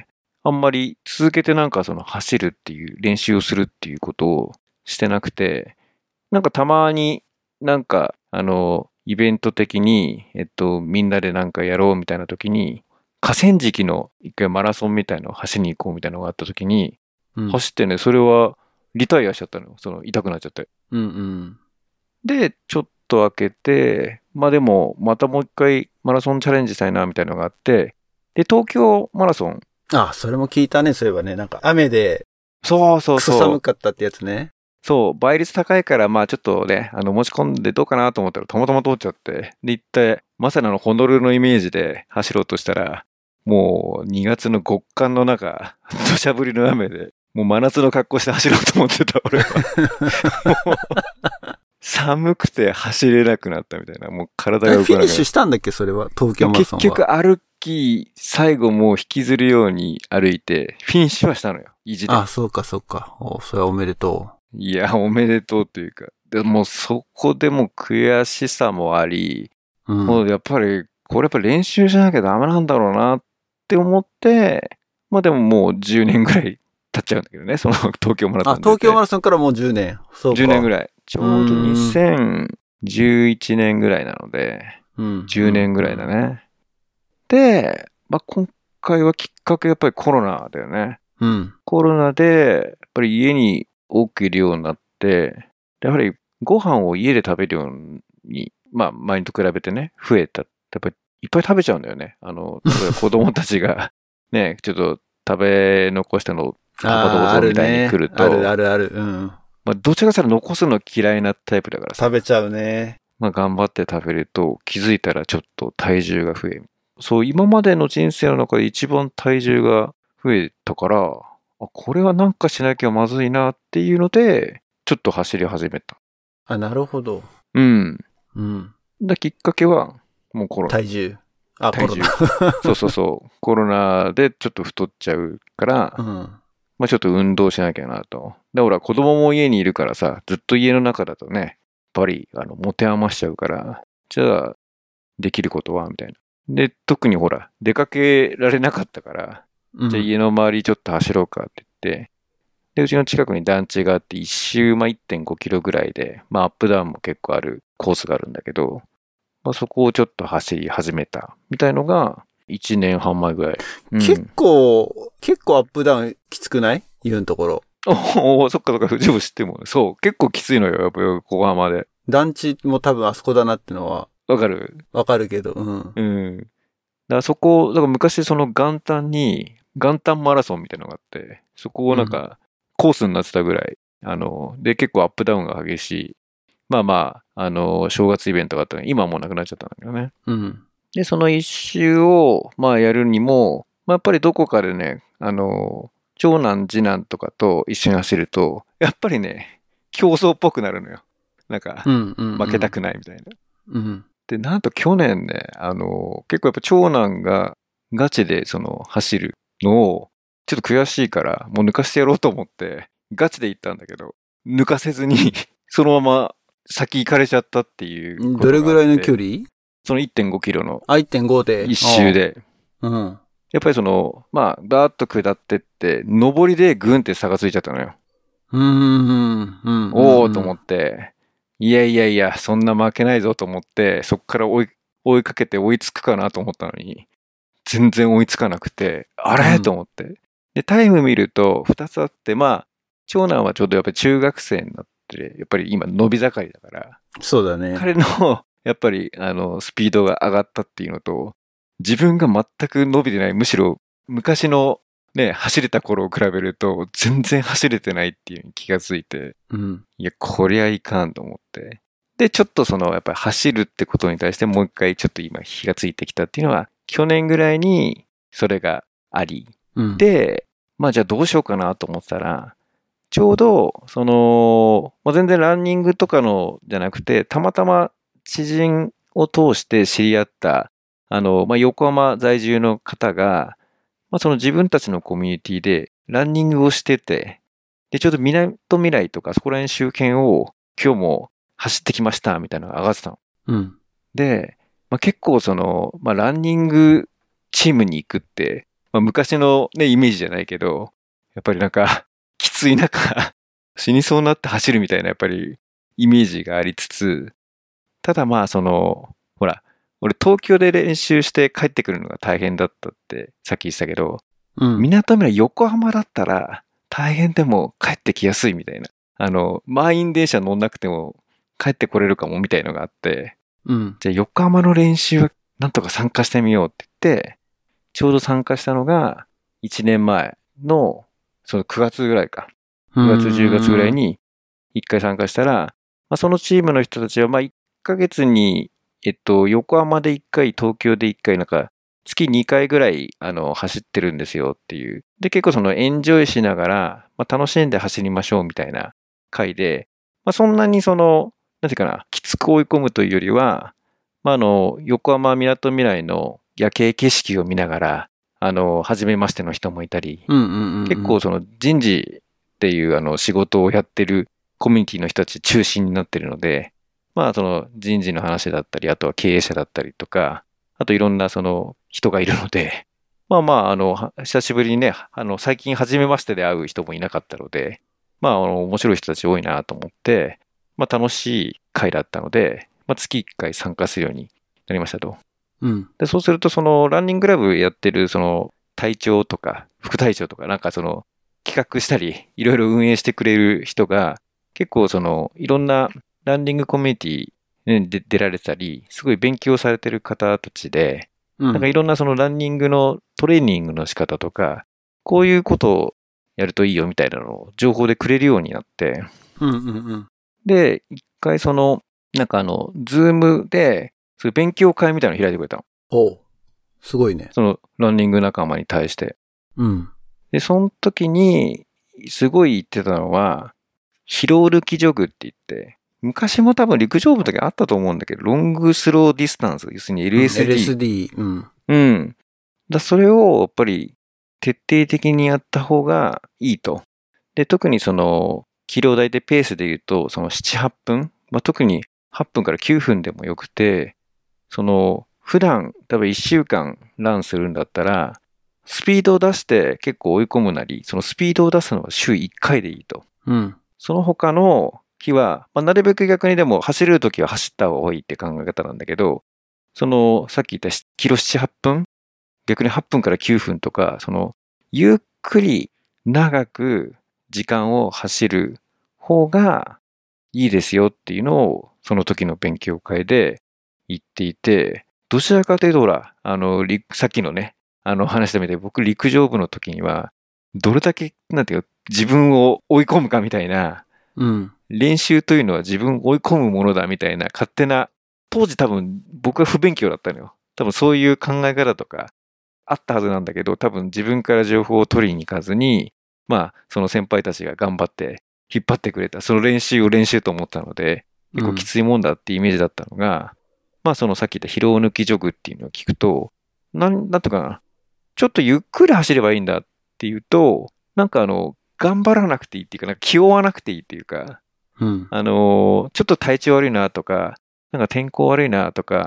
Speaker 2: あんまり続けてなんかその走るっていう練習をするっていうことをしてなくて、なんかたまになんかあの、イベント的に、えっと、みんなでなんかやろうみたいな時に、河川敷の一回マラソンみたいなのを走りに行こうみたいなのがあった時に、うん、走ってね、それはリタイアしちゃったのよ。その痛くなっちゃって。
Speaker 1: うんうん。
Speaker 2: で、ちょっと開けて、まあでも、またもう一回マラソンチャレンジしたいなみたいなのがあって、で、東京マラソン。
Speaker 1: あ、それも聞いたね、そういえばね。なんか雨で、
Speaker 2: そうそうそう。
Speaker 1: クソ寒かったってやつね。
Speaker 2: そう、倍率高いから、まあちょっとね、あの、持ち込んでどうかなと思ったら、たまたま通っちゃって、で、行って、まさにあの、ホノルルのイメージで走ろうとしたら、もうにがつの極寒の中、土砂降りの雨で、もう真夏の格好して走ろうと思ってた、俺は。もう寒くて走れなくなったみたいな、もう体が動かなくなった。
Speaker 1: フィニッシュしたんだっけ、それは、東京マラソンは。
Speaker 2: 結局歩き、最後もう引きずるように歩いて、フィニッシュはしたのよ、意地で。
Speaker 1: あ、そうかそうか。お、それはおめでとう。
Speaker 2: いや、おめでとうというか、でもそこでも悔しさもあり、うん、もうやっぱり、これやっぱ練習しなきゃダメなんだろうなって思って、まあでももうじゅうねんぐらい経っちゃうんだけどね、その東京マラソンで。
Speaker 1: あ、東京マラソンからもうじゅうねん。そうか。
Speaker 2: じゅうねんぐらい。ちょうどにせんじゅういちねんぐらいなので、うん、じゅうねんぐらいだね。うん、で、まあ今回はきっかけやっぱりコロナだよね。
Speaker 1: うん、
Speaker 2: コロナで、やっぱり家に多くいるようになって、やはりご飯を家で食べるように、まあ前と比べてね、増えた。やっぱりいっぱい食べちゃうんだよね。あの、例えば子供たちがね、ちょっと食べ残したのをパパどうぞみたいに来ると。
Speaker 1: あるあるある。うん。
Speaker 2: まあどちらかしたら残すの嫌いなタイプだからさ。
Speaker 1: 食べちゃうね。
Speaker 2: まあ頑張って食べると気づいたらちょっと体重が増える。そう、今までの人生の中で一番体重が増えたから、あ、これはなんかしなきゃまずいなっていうので、ちょっと走り始めた。
Speaker 1: あ、なるほど。
Speaker 2: うん。
Speaker 1: うん。
Speaker 2: だきっかけは、もうコロナ。
Speaker 1: 体重。あ、
Speaker 2: 体重。そうそうそう。コロナでちょっと太っちゃうから、うん、まあちょっと運動しなきゃなと。で、ほら、子供も家にいるからさ、ずっと家の中だとね、やっぱり、あの、持て余しちゃうから、じゃあ、できることはみたいな。で、特にほら、出かけられなかったから、うん、じゃあ家の周りちょっと走ろうかって言って、で、うちの近くに団地があって、一周、まあ、いってんごキロぐらいで、まあ、アップダウンも結構あるコースがあるんだけど、まあ、そこをちょっと走り始めた、みたいのが、いちねんはん前ぐらい。
Speaker 1: うん、結構、結構アップダウンきつくない言うところ。
Speaker 2: おお、そっかそっか、藤も知っても。そう、結構きついのよ、やっぱ横浜で。
Speaker 1: 団地も多分あそこだなってのは。
Speaker 2: わかる
Speaker 1: わかるけど、うん。
Speaker 2: うん。だからそこ、だから昔その元旦に、元旦マラソンみたいなのがあって、そこをなんか、コースになってたぐらい、うん、あの、で、結構アップダウンが激しい。まあまあ、あの、正月イベントがあったのに、今はもうなくなっちゃったんだけどね。
Speaker 1: うん。
Speaker 2: で、その一周を、まあやるにも、まあやっぱりどこかでね、あの、長男、次男とかと一緒に走ると、やっぱりね、競争っぽくなるのよ。なんか、
Speaker 1: うんうんうん、
Speaker 2: 負けたくないみたいな。
Speaker 1: うん。
Speaker 2: で、なんと去年ね、あの、結構やっぱ長男がガチでその走るのを、ちょっと悔しいから、もう抜かしてやろうと思って、ガチで行ったんだけど、抜かせずに、そのまま先行かれちゃったっていう。
Speaker 1: どれぐらいの距離
Speaker 2: その いってんごキロの。
Speaker 1: あ、いってんご で。
Speaker 2: 一周で。
Speaker 1: うん。
Speaker 2: やっぱりその、まあ、バーッと下ってって、上りでグンって差がついちゃったのよ。
Speaker 1: うん、うん、うん。
Speaker 2: おーと思って、いやいやいや、そんな負けないぞと思って、そこから追い、追いかけて追いつくかなと思ったのに、全然追いつかなくて、あれ、うん、と思って。で、タイム見るとふたつあって、まあ、長男はちょうどやっぱり中学生になって、やっぱり今伸び盛りだから、
Speaker 1: そうだね。
Speaker 2: 彼の、やっぱり、あの、スピードが上がったっていうのと、自分が全く伸びてない、むしろ昔のね、走れた頃を比べると全然走れてないっていう気がついて、
Speaker 1: うん、
Speaker 2: いや、こりゃいかんと思って。で、ちょっとその、やっぱり走るってことに対してもう一回ちょっと今火がついてきたっていうのは、去年ぐらいにそれがあり、うん、で、まあじゃあどうしようかなと思ったら、ちょうど、その、まあ、全然ランニングとかのじゃなくて、たまたま知人を通して知り合った、あの、まあ、横浜在住の方が、まあ、その自分たちのコミュニティでランニングをしてて、で、ちょうどみなとみらいとかそこら辺周辺を今日も走ってきましたみたいなのが上がってたの。
Speaker 1: うん、
Speaker 2: で、まあ、結構その、まあ、ランニングチームに行くって、まあ、昔のね、イメージじゃないけど、やっぱりなんか、きつい中、死にそうになって走るみたいなやっぱりイメージがありつつ、ただまあその、ほら、俺東京で練習して帰ってくるのが大変だったってさっき言ってたけど、
Speaker 1: うん、
Speaker 2: 港村横浜だったら大変でも帰ってきやすいみたいな。あの、満員電車乗んなくても帰ってこれるかもみたいのがあって、
Speaker 1: うん、
Speaker 2: じゃあ横浜の練習はなんとか参加してみようって言って、ちょうど参加したのがいちねんまえのそのくがつぐらいか。くがつ、じゅうがつぐらいにいっかい参加したら、まあ、そのチームの人たちはまあいっかげつに、えっと、横浜でいっかい、東京でいっかい、なんか月にかいぐらいあの走ってるんですよっていう。で、結構そのエンジョイしながら、まあ、楽しんで走りましょうみたいな回で、まあ、そんなにその、なんていうかな、きつく追い込むというよりは、まあ、あの、横浜みなとみらいの夜景景色を見ながら、あの、初めましての人もいたり、
Speaker 1: うんうんうんうん、
Speaker 2: 結構その人事っていうあの仕事をやってるコミュニティの人たち中心になってるので、まあその人事の話だったり、あとは経営者だったりとか、あといろんなその人がいるので、まあまああの、久しぶりにね、あの最近初めましてで会う人もいなかったので、まああの面白い人たち多いなと思って、まあ楽しい会だったので、まあ月いっかい参加するようになりましたと。
Speaker 1: うん、
Speaker 2: で、そうするとそのランニングクラブやってるその隊長とか副隊長とかなんかその企画したりいろいろ運営してくれる人が結構そのいろんなランニングコミュニティに出られたりすごい勉強されてる方たちで、うん、なんかいろんなそのランニングのトレーニングの仕方とかこういうことをやるといいよみたいなのを情報でくれるようになって、
Speaker 1: うんうんうん、
Speaker 2: で一回そのなんかあのズームでそういう勉強会みたいなの開いてくれたの。
Speaker 1: おう、すごいね。
Speaker 2: そのランニング仲間に対して。
Speaker 1: うん。
Speaker 2: で、その時に、すごい言ってたのは、疲労抜きジョグって言って、昔も多分陸上部の時あったと思うんだけど、ロングスローディスタンス、要するに エルエスディー。
Speaker 1: うん、エルエスディー。うん。
Speaker 2: うん。だそれをやっぱり徹底的にやった方がいいと。で、特にその、キロ台でペースで言うと、そのなな、はっぷん、まあ、特にはっぷんからきゅうふんでもよくて、その、普段、多分いっしゅうかんランするんだったら、スピードを出して結構追い込むなり、そのスピードを出すのは週いっかいでいいと。
Speaker 1: うん。
Speaker 2: その他の日は、まあ、なるべく逆にでも走れるときは走った方がいいって考え方なんだけど、その、さっき言ったキロなな、はっぷん、逆にはっぷんからきゅうふんとか、その、ゆっくり長く時間を走る方がいいですよっていうのを、その時の勉強会で言っていて、どちらかというと、ほら、あの、さっきのね、あの話したみたいに、僕陸上部の時には、どれだけ、なんていうか、自分を追い込むかみたいな、
Speaker 1: うん、
Speaker 2: 練習というのは自分を追い込むものだみたいな、勝手な、当時多分僕は不勉強だったのよ。多分そういう考え方とかあったはずなんだけど、多分自分から情報を取りに行かずに、まあ、その先輩たちが頑張って引っ張ってくれた、その練習を練習と思ったので、結構きついもんだってイメージだったのが、うん、まあそのさっき言った疲労抜きジョグっていうのを聞くと、なん、なんとかな、ちょっとゆっくり走ればいいんだっていうと、なんかあの、頑張らなくていいっていうか、なんか気負わなくていいっていうか、
Speaker 1: うん、
Speaker 2: あの、ちょっと体調悪いなとか、なんか天候悪いなとか、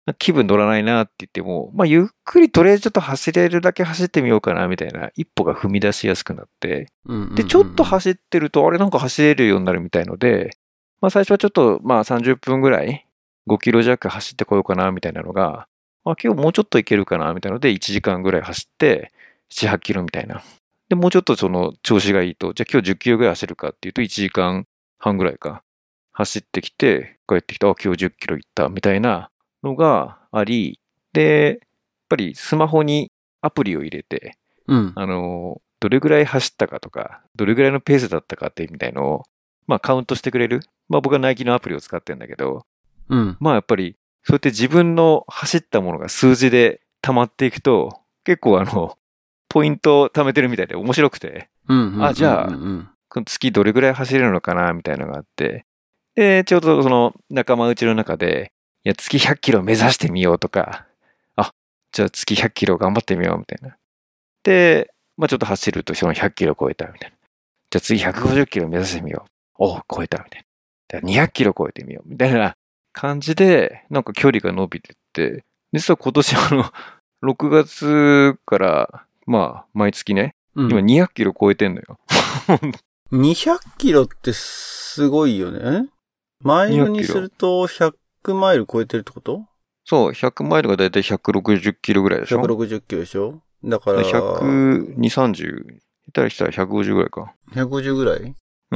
Speaker 2: 気分乗らないなって言っても、まあ、ゆっくりとりあえずちょっと走れるだけ走ってみようかなみたいな一歩が踏み出しやすくなって、
Speaker 1: うんうんうんうん、
Speaker 2: で、ちょっと走ってると、あれなんか走れるようになるみたいので、まあ最初はちょっとまあさんじゅっぷんぐらい、ごキロ弱走ってこようかなみたいなのが、まあ今日もうちょっといけるかなみたいなので、いちじかんぐらい走って、なな、はちキロみたいな。で、もうちょっとその調子がいいと、じゃあ今日じゅっキロぐらい走るかっていうといちじかんはんぐらいか。走ってきて、帰ってきた、あ、今日じゅっキロ行ったみたいなのがあり、で、やっぱりスマホにアプリを入れて、
Speaker 1: うん、
Speaker 2: あの、どれぐらい走ったかとか、どれぐらいのペースだったかってみたいのを、まあカウントしてくれる。まあ僕はナイキのアプリを使ってるんだけど、
Speaker 1: うん、
Speaker 2: まあやっぱり、そうやって自分の走ったものが数字で溜まっていくと、結構あの、ポイントを貯めてるみたいで面白くて、
Speaker 1: うんうんうんうん、
Speaker 2: あ、じゃあ、この月どれぐらい走れるのかなみたいなのがあって、で、ちょうどその仲間内の中で、いや、月ひゃっキロ目指してみようとか、あ、じゃあ月ひゃっキロ頑張ってみようみたいな。で、まあちょっと走るとそのひゃっキロ超えたみたいな。じゃあ次ひゃくごじゅっキロ目指してみよう。お、超えたみたいな。にひゃっキロ超えてみようみたいな感じで、なんか距離が伸びてって、実は今年あの、ろくがつから、まあ毎月ね、うん、今にひゃっキロ超えてんのよ。
Speaker 1: にひゃっキロってすごいよね。マイルにするとひゃくマイル超えてるってこと？
Speaker 2: そう、ひゃくマイルがだいたいひゃくろくじゅっキロぐらいでしょ？
Speaker 1: ひゃくろくじゅっキロでしょ？だから。
Speaker 2: ひゃくにじゅう、さんじゅう、下手したらひゃくごじゅうぐらいか。
Speaker 1: ひゃくごじゅうぐらい？
Speaker 2: うん。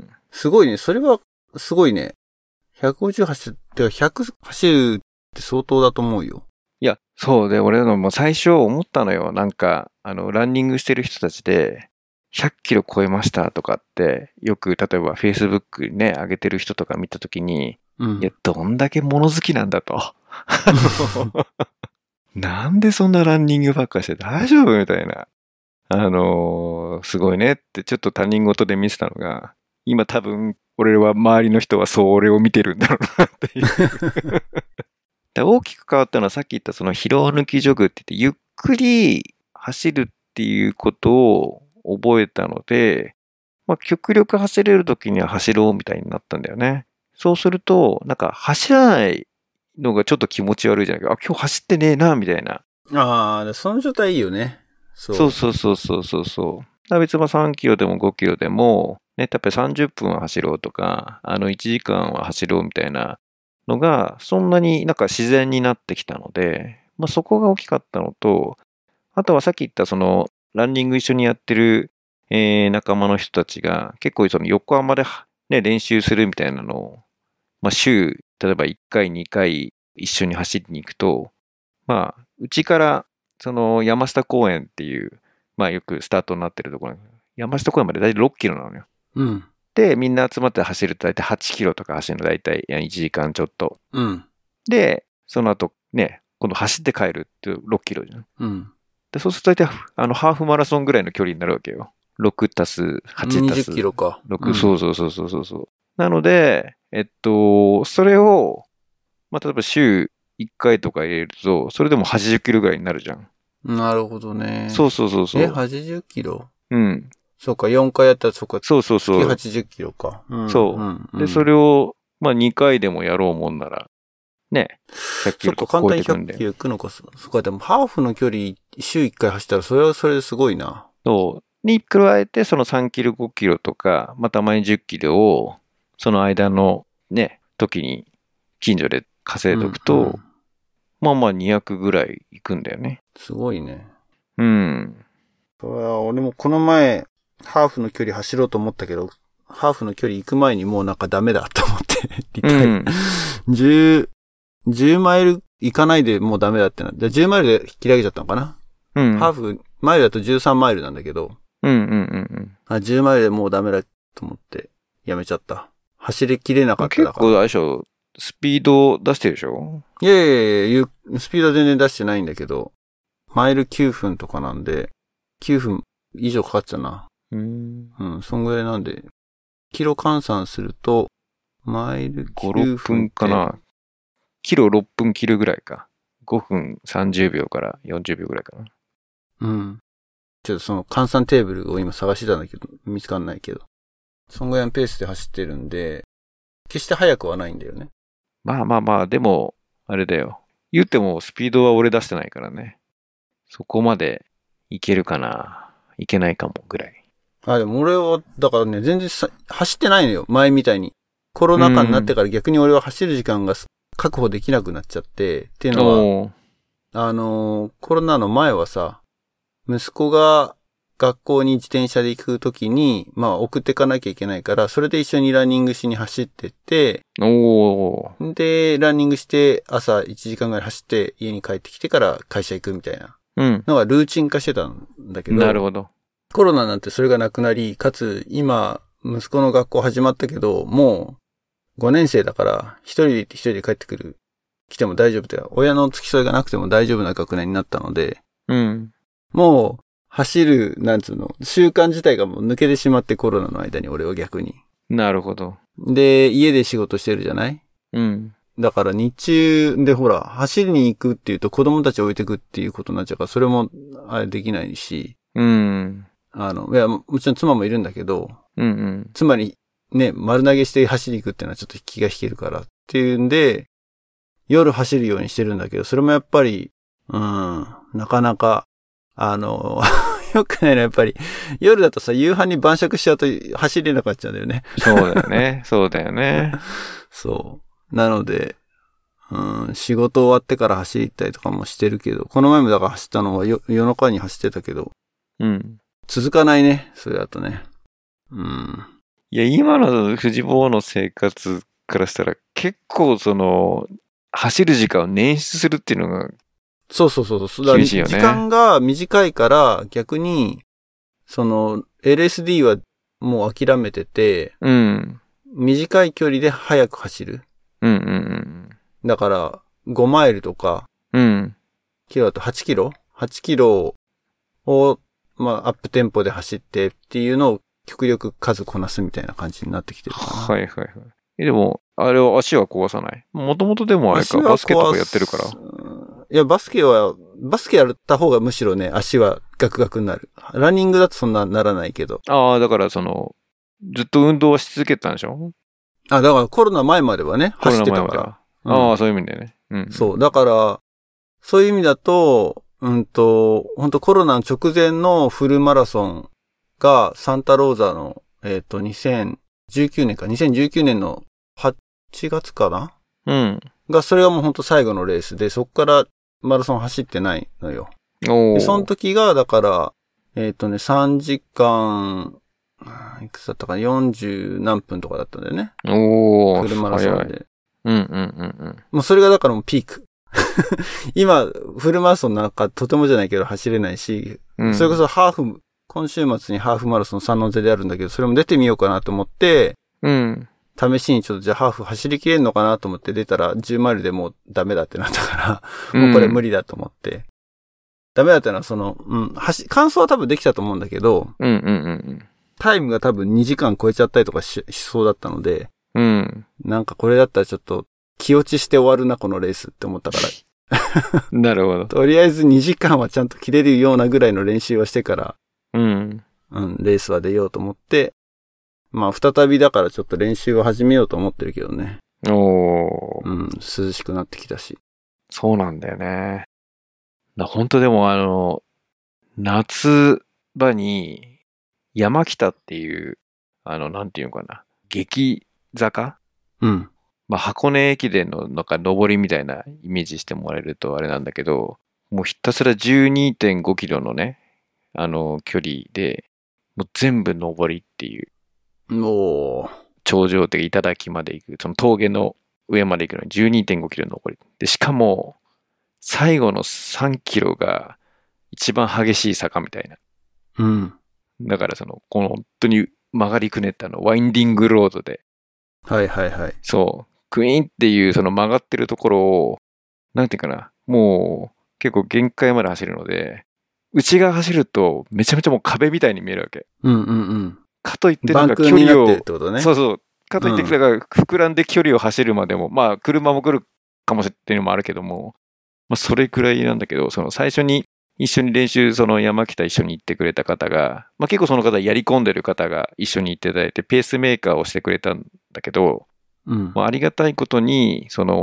Speaker 1: すごいね。それは、すごいね。ひゃくごじゅう走って、ひゃく走るって相当だと思うよ。
Speaker 2: いや、そうで、俺のも最初思ったのよ。なんか、あの、ランニングしてる人たちで、ひゃっキロ超えましたとかって、よく、例えば Facebook にね、上げてる人とか見たときに、うん、いや、どんだけ物好きなんだと。なんでそんなランニングばっかして大丈夫みたいな。あのー、すごいねってちょっと他人事で見せたのが、今多分俺は周りの人はそれを見てるんだろうなっていう。で大きく変わったのはさっき言ったその疲労抜きジョグって言ってゆっくり走るっていうことを覚えたので、まあ、極力走れる時には走ろうみたいになったんだよね。そうすると、なんか走らないのがちょっと気持ち悪いじゃないか。あ、今日走ってねえな、みたいな。
Speaker 1: ああ、その状態いいよね。
Speaker 2: そうそうそうそうそうそうそう。別にさんキロでもごキロでも、ね、やっぱりさんじゅっぷんは走ろうとか、あのいちじかんは走ろうみたいなのが、そんなになんか自然になってきたので、まあそこが大きかったのと、あとはさっき言ったその、ランニング一緒にやってる、えー、仲間の人たちが、結構その横浜でね、練習するみたいなのを、まあ週、例えばいっかい、にかい一緒に走りに行くと、まあ、うちからその山下公園っていう、まあよくスタートになってるところ、山下公園までだいたいろっキロなのよ。
Speaker 1: うん。で、
Speaker 2: みんな集まって走るとだいたいはちキロとか走るのだいたいいちじかんちょっと。
Speaker 1: うん。
Speaker 2: で、その後ね、今度走って帰るってろっキロじゃん。
Speaker 1: うん。
Speaker 2: で、そうすると大体あのハーフマラソンぐらいの距離になるわけよ。ろくたすはちたす
Speaker 1: にじゅっキロか。
Speaker 2: ろく、うん、そうそうそうそうそう。なので、えっと、それを、まあ、例えば週いっかいとか入れると、それでもはちじゅっキロぐらいになるじゃん。
Speaker 1: なるほどね。
Speaker 2: そうそうそうそう。
Speaker 1: え、はちじゅっキロ？
Speaker 2: うん。
Speaker 1: そうか、よんかいやったらそうか。
Speaker 2: そうそうそう。
Speaker 1: 月はちじゅっキロか。
Speaker 2: うん、そう、うんうん。で、それを、まあにかいでもやろうもんなら、ね。ひゃっキロとか超えてくんで。
Speaker 1: そっか、簡単にひゃっキロ行くのか。そっか、でもハーフの距離、週いっかい走ったら、それはそれですごいな。
Speaker 2: そう。に加えて、そのさんキロ、ごキロとか、まあたまにじゅっキロを、その間のね、時に近所で稼いでおくと、うんうん、まあまあにひゃくぐらい行くんだよね。
Speaker 1: すごいね。
Speaker 2: うん。
Speaker 1: それは俺もこの前、ハーフの距離走ろうと思ったけど、ハーフの距離行く前にもうなんかダメだと思って、リタイア、うん、じゅう、じゅうマイル行かないでもうダメだってなって、じゅうマイルで切り上げちゃったのかな。うん。ハーフ、マイルだとじゅうさんマイルなんだけど、
Speaker 2: うんうんうんうん。
Speaker 1: あ、じゅうマイルでもうダメだと思ってやめちゃった。走りきれなかった
Speaker 2: だから。結構あれでしょ、スピード出してるでしょ？
Speaker 1: いやいやいや、スピードは全然出してないんだけど、マイルきゅうふんとかなんで、きゅうふん以上かかっちゃうな。
Speaker 2: うん。
Speaker 1: うん、そんぐらいなんで、キロ換算すると、マイルきゅうふん。
Speaker 2: ご、ろっぷんかな。キロろっぷん切るぐらいか。ごふんさんじゅうびょうからよんじゅうびょうぐらいかな。
Speaker 1: うん。ちょっとその換算テーブルを今探してたんだけど、見つかんないけど。そんぐらいのペースで走ってるんで、決して速くはないんだよね。
Speaker 2: まあまあまあ、でも、あれだよ。 言ってもスピードは俺出してないからね。そこまでいけるかな、いけないかもぐらい。
Speaker 1: あ、でも俺は、だからね、全然さ走ってないのよ。前みたいに。コロナ禍になってから逆に俺は走る時間が確保できなくなっちゃって、っていうのは、あのー、コロナの前はさ、息子が学校に自転車で行くときに、まあ送ってかなきゃいけないから、それで一緒にランニングしに走ってって、
Speaker 2: おー。
Speaker 1: で、ランニングして朝いちじかんぐらい走って家に帰ってきてから会社行くみたいなのがルーチン化してたんだけど、
Speaker 2: なるほど。
Speaker 1: コロナなんてそれがなくなり、かつ今、息子の学校始まったけど、もうごねん生だから、一人で一人で帰ってくる、来ても大丈夫で、親の付き添いがなくても大丈夫な学年になったので、
Speaker 2: うん。
Speaker 1: もう、走る、なんつうの、習慣自体がもう抜けてしまってコロナの間に俺は逆に。
Speaker 2: なるほど。
Speaker 1: で、家で仕事してるじゃない？
Speaker 2: うん。
Speaker 1: だから日中でほら、走りに行くっていうと子供たちを置いてくっていうことになっちゃうから、それも、あれできないし。
Speaker 2: うん。
Speaker 1: あの、いや、もちろん妻もいるんだけど、
Speaker 2: うんうん。
Speaker 1: 妻にね、丸投げして走りに行くっていうのはちょっと気が引けるからっていうんで、夜走るようにしてるんだけど、それもやっぱり、うん、なかなか、あの、よくないのはやっぱり、夜だとさ、夕飯に晩酌しちゃうと走れなくなっちゃうんだよね。
Speaker 2: そうだよね。そうだよね。
Speaker 1: そう。なので、うん、仕事終わってから走り行ったりとかもしてるけど、この前もだから走ったのはよ夜中に走ってたけど、
Speaker 2: うん。
Speaker 1: 続かないね、それだとね。うん。
Speaker 2: いや、今の藤坊の生活からしたら結構その、走る時間を捻出するっていうのが、
Speaker 1: そうそうそうそう。
Speaker 2: 厳しいよね。
Speaker 1: 時間が短いから逆に、その エルエスディー はもう諦めてて、
Speaker 2: うん。
Speaker 1: 短い距離で速く走る。
Speaker 2: うんうんうん。
Speaker 1: だからごマイルとか、
Speaker 2: うん。
Speaker 1: キロだとはちキロ ?はち キロを、まあアップテンポで走ってっていうのを極力数こなすみたいな感じになってきてるかな。
Speaker 2: はいはいはい。え、でも、あれは足は壊さない？もともとでもあれか、バスケとかやってるから。
Speaker 1: いや、バスケは、バスケやった方がむしろね、足はガクガクになる。ランニングだとそんなならないけど。
Speaker 2: ああ、だからその、ずっと運動はし続けてたんでしょ？
Speaker 1: あ、だからコロナ前まではね、走ってたから。
Speaker 2: うん、ああ、そういう意味でね。うん。
Speaker 1: そう。だから、そういう意味だと、うんと、本当コロナの直前のフルマラソンがサンタローザの、えっと、にせんじゅうきゅうねんか、にせんじゅうきゅうねんのはちがつかな？
Speaker 2: うん。が、
Speaker 1: それはもう本当最後のレースで、そこからマラソン走ってないのよ。
Speaker 2: お
Speaker 1: でその時が、だから、えっとね、さんじかん、いくつだったかな、よんじゅうなんぷんとかだったんだよね。
Speaker 2: おー。
Speaker 1: フルマラソンで。
Speaker 2: うんうんうんうん。
Speaker 1: もうそれがだからもうピーク。今、フルマラソンなんかとてもじゃないけど走れないし、うん、それこそハーフ、今週末にハーフマラソン三ノ瀬であるんだけど、それも出てみようかなと思って、
Speaker 2: うん。
Speaker 1: 試しにちょっとじゃあハーフ走りきれんのかなと思って出たらじゅうマイルでもうダメだってなったから、もうこれ無理だと思って。ダメだったのはその、うん、走、完走は多分できたと思うんだけど、
Speaker 2: うんうんうん。
Speaker 1: タイムが多分にじかん超えちゃったりとか し, しそうだったので、
Speaker 2: うん。
Speaker 1: なんかこれだったらちょっと気落ちして終わるなこのレースって思ったから。
Speaker 2: なるほど。
Speaker 1: とりあえずにじかんはちゃんと切れるようなぐらいの練習はしてから、
Speaker 2: うん。
Speaker 1: うん、レースは出ようと思って、まあ再びだからちょっと練習を始めようと思ってるけどね。
Speaker 2: おー。
Speaker 1: うん、涼しくなってきたし。
Speaker 2: そうなんだよね。本当でもあの、夏場に山北っていう、あの、なんていうのかな、激坂？
Speaker 1: うん。
Speaker 2: まあ、箱根駅伝のなんか上りみたいなイメージしてもらえるとあれなんだけど、もうひたすら じゅうにてんごキロのね、あの、距離で、もう全部上りっていう。
Speaker 1: おー。
Speaker 2: 頂上的頂まで行く、その峠の上まで行くのに じゅうにてんごキロ上り。で、しかも、最後のさんキロが一番激しい坂みたいな。
Speaker 1: うん。
Speaker 2: だからその、この本当に曲がりくねったの、ワインディングロードで。
Speaker 1: はいはいはい。
Speaker 2: そう。クイーンっていうその曲がってるところを、なんていうかな、もう結構限界まで走るので、内側走るとめちゃめちゃもう壁みたいに見えるわけ。
Speaker 1: うんうんうん。
Speaker 2: かといってなんか距離を、
Speaker 1: ね、
Speaker 2: そうそう。かといってだから膨らんで距離を走るまでも、うん、まあ車も来るかもしれないっていうのもあるけども、まあそれくらいなんだけど、その最初に一緒に練習、その山北一緒に行ってくれた方が、まあ結構その方やり込んでる方が一緒に行っていただいて、ペースメーカーをしてくれたんだけど、
Speaker 1: うん、
Speaker 2: まあ、ありがたいことに、その、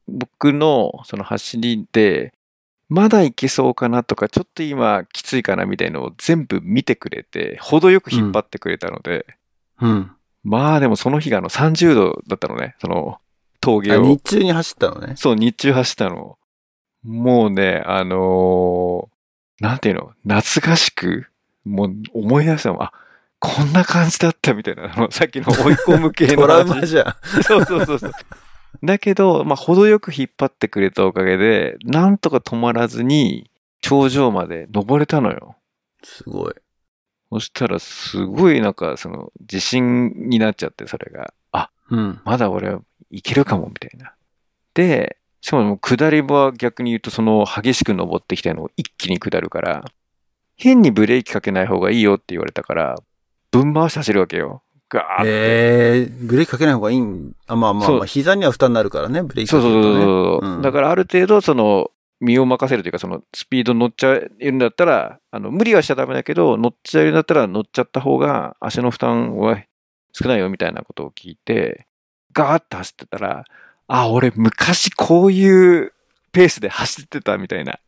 Speaker 2: 僕のその走りで、まだいけそうかなとか、ちょっと今きついかなみたいのを全部見てくれて、程よく引っ張ってくれたので、
Speaker 1: うん。うん、
Speaker 2: まあでもその日があのさんじゅうどだったのね、その峠を。
Speaker 1: 日中に走ったのね。
Speaker 2: そう、日中走ったの。もうね、あのー、なんていうの、懐かしく、もう思い出したもん。あ、こんな感じだったみたいな、あのさっきの追い込む系の
Speaker 1: トラウマじゃん。
Speaker 2: そうそうそうそう。だけど、まあ、程よく引っ張ってくれたおかげで、なんとか止まらずに、頂上まで登れたのよ。
Speaker 1: すごい。
Speaker 2: そしたら、すごいなんか、その、自信になっちゃって、それが。あ、うん、まだ俺はいけるかも、みたいな。で、しかも下りは逆に言うと、その、激しく登ってきたのを一気に下るから、変にブレーキかけない方がいいよって言われたから、ぶん回して走るわけよ。ガーって。
Speaker 1: えー、ブレーキかけない方がいいんあ、まあまあ、まあ、膝には負担になるからね、ブレーキかけると、ね。
Speaker 2: そうそうそうそう、うん。だからある程度、その、身を任せるというか、その、スピード乗っちゃうんだったら、あの、無理はしちゃダメだけど、乗っちゃうんだったら乗っちゃった方が、足の負担は少ないよみたいなことを聞いて、ガーって走ってたら、あ、俺昔こういうペースで走ってたみたいな。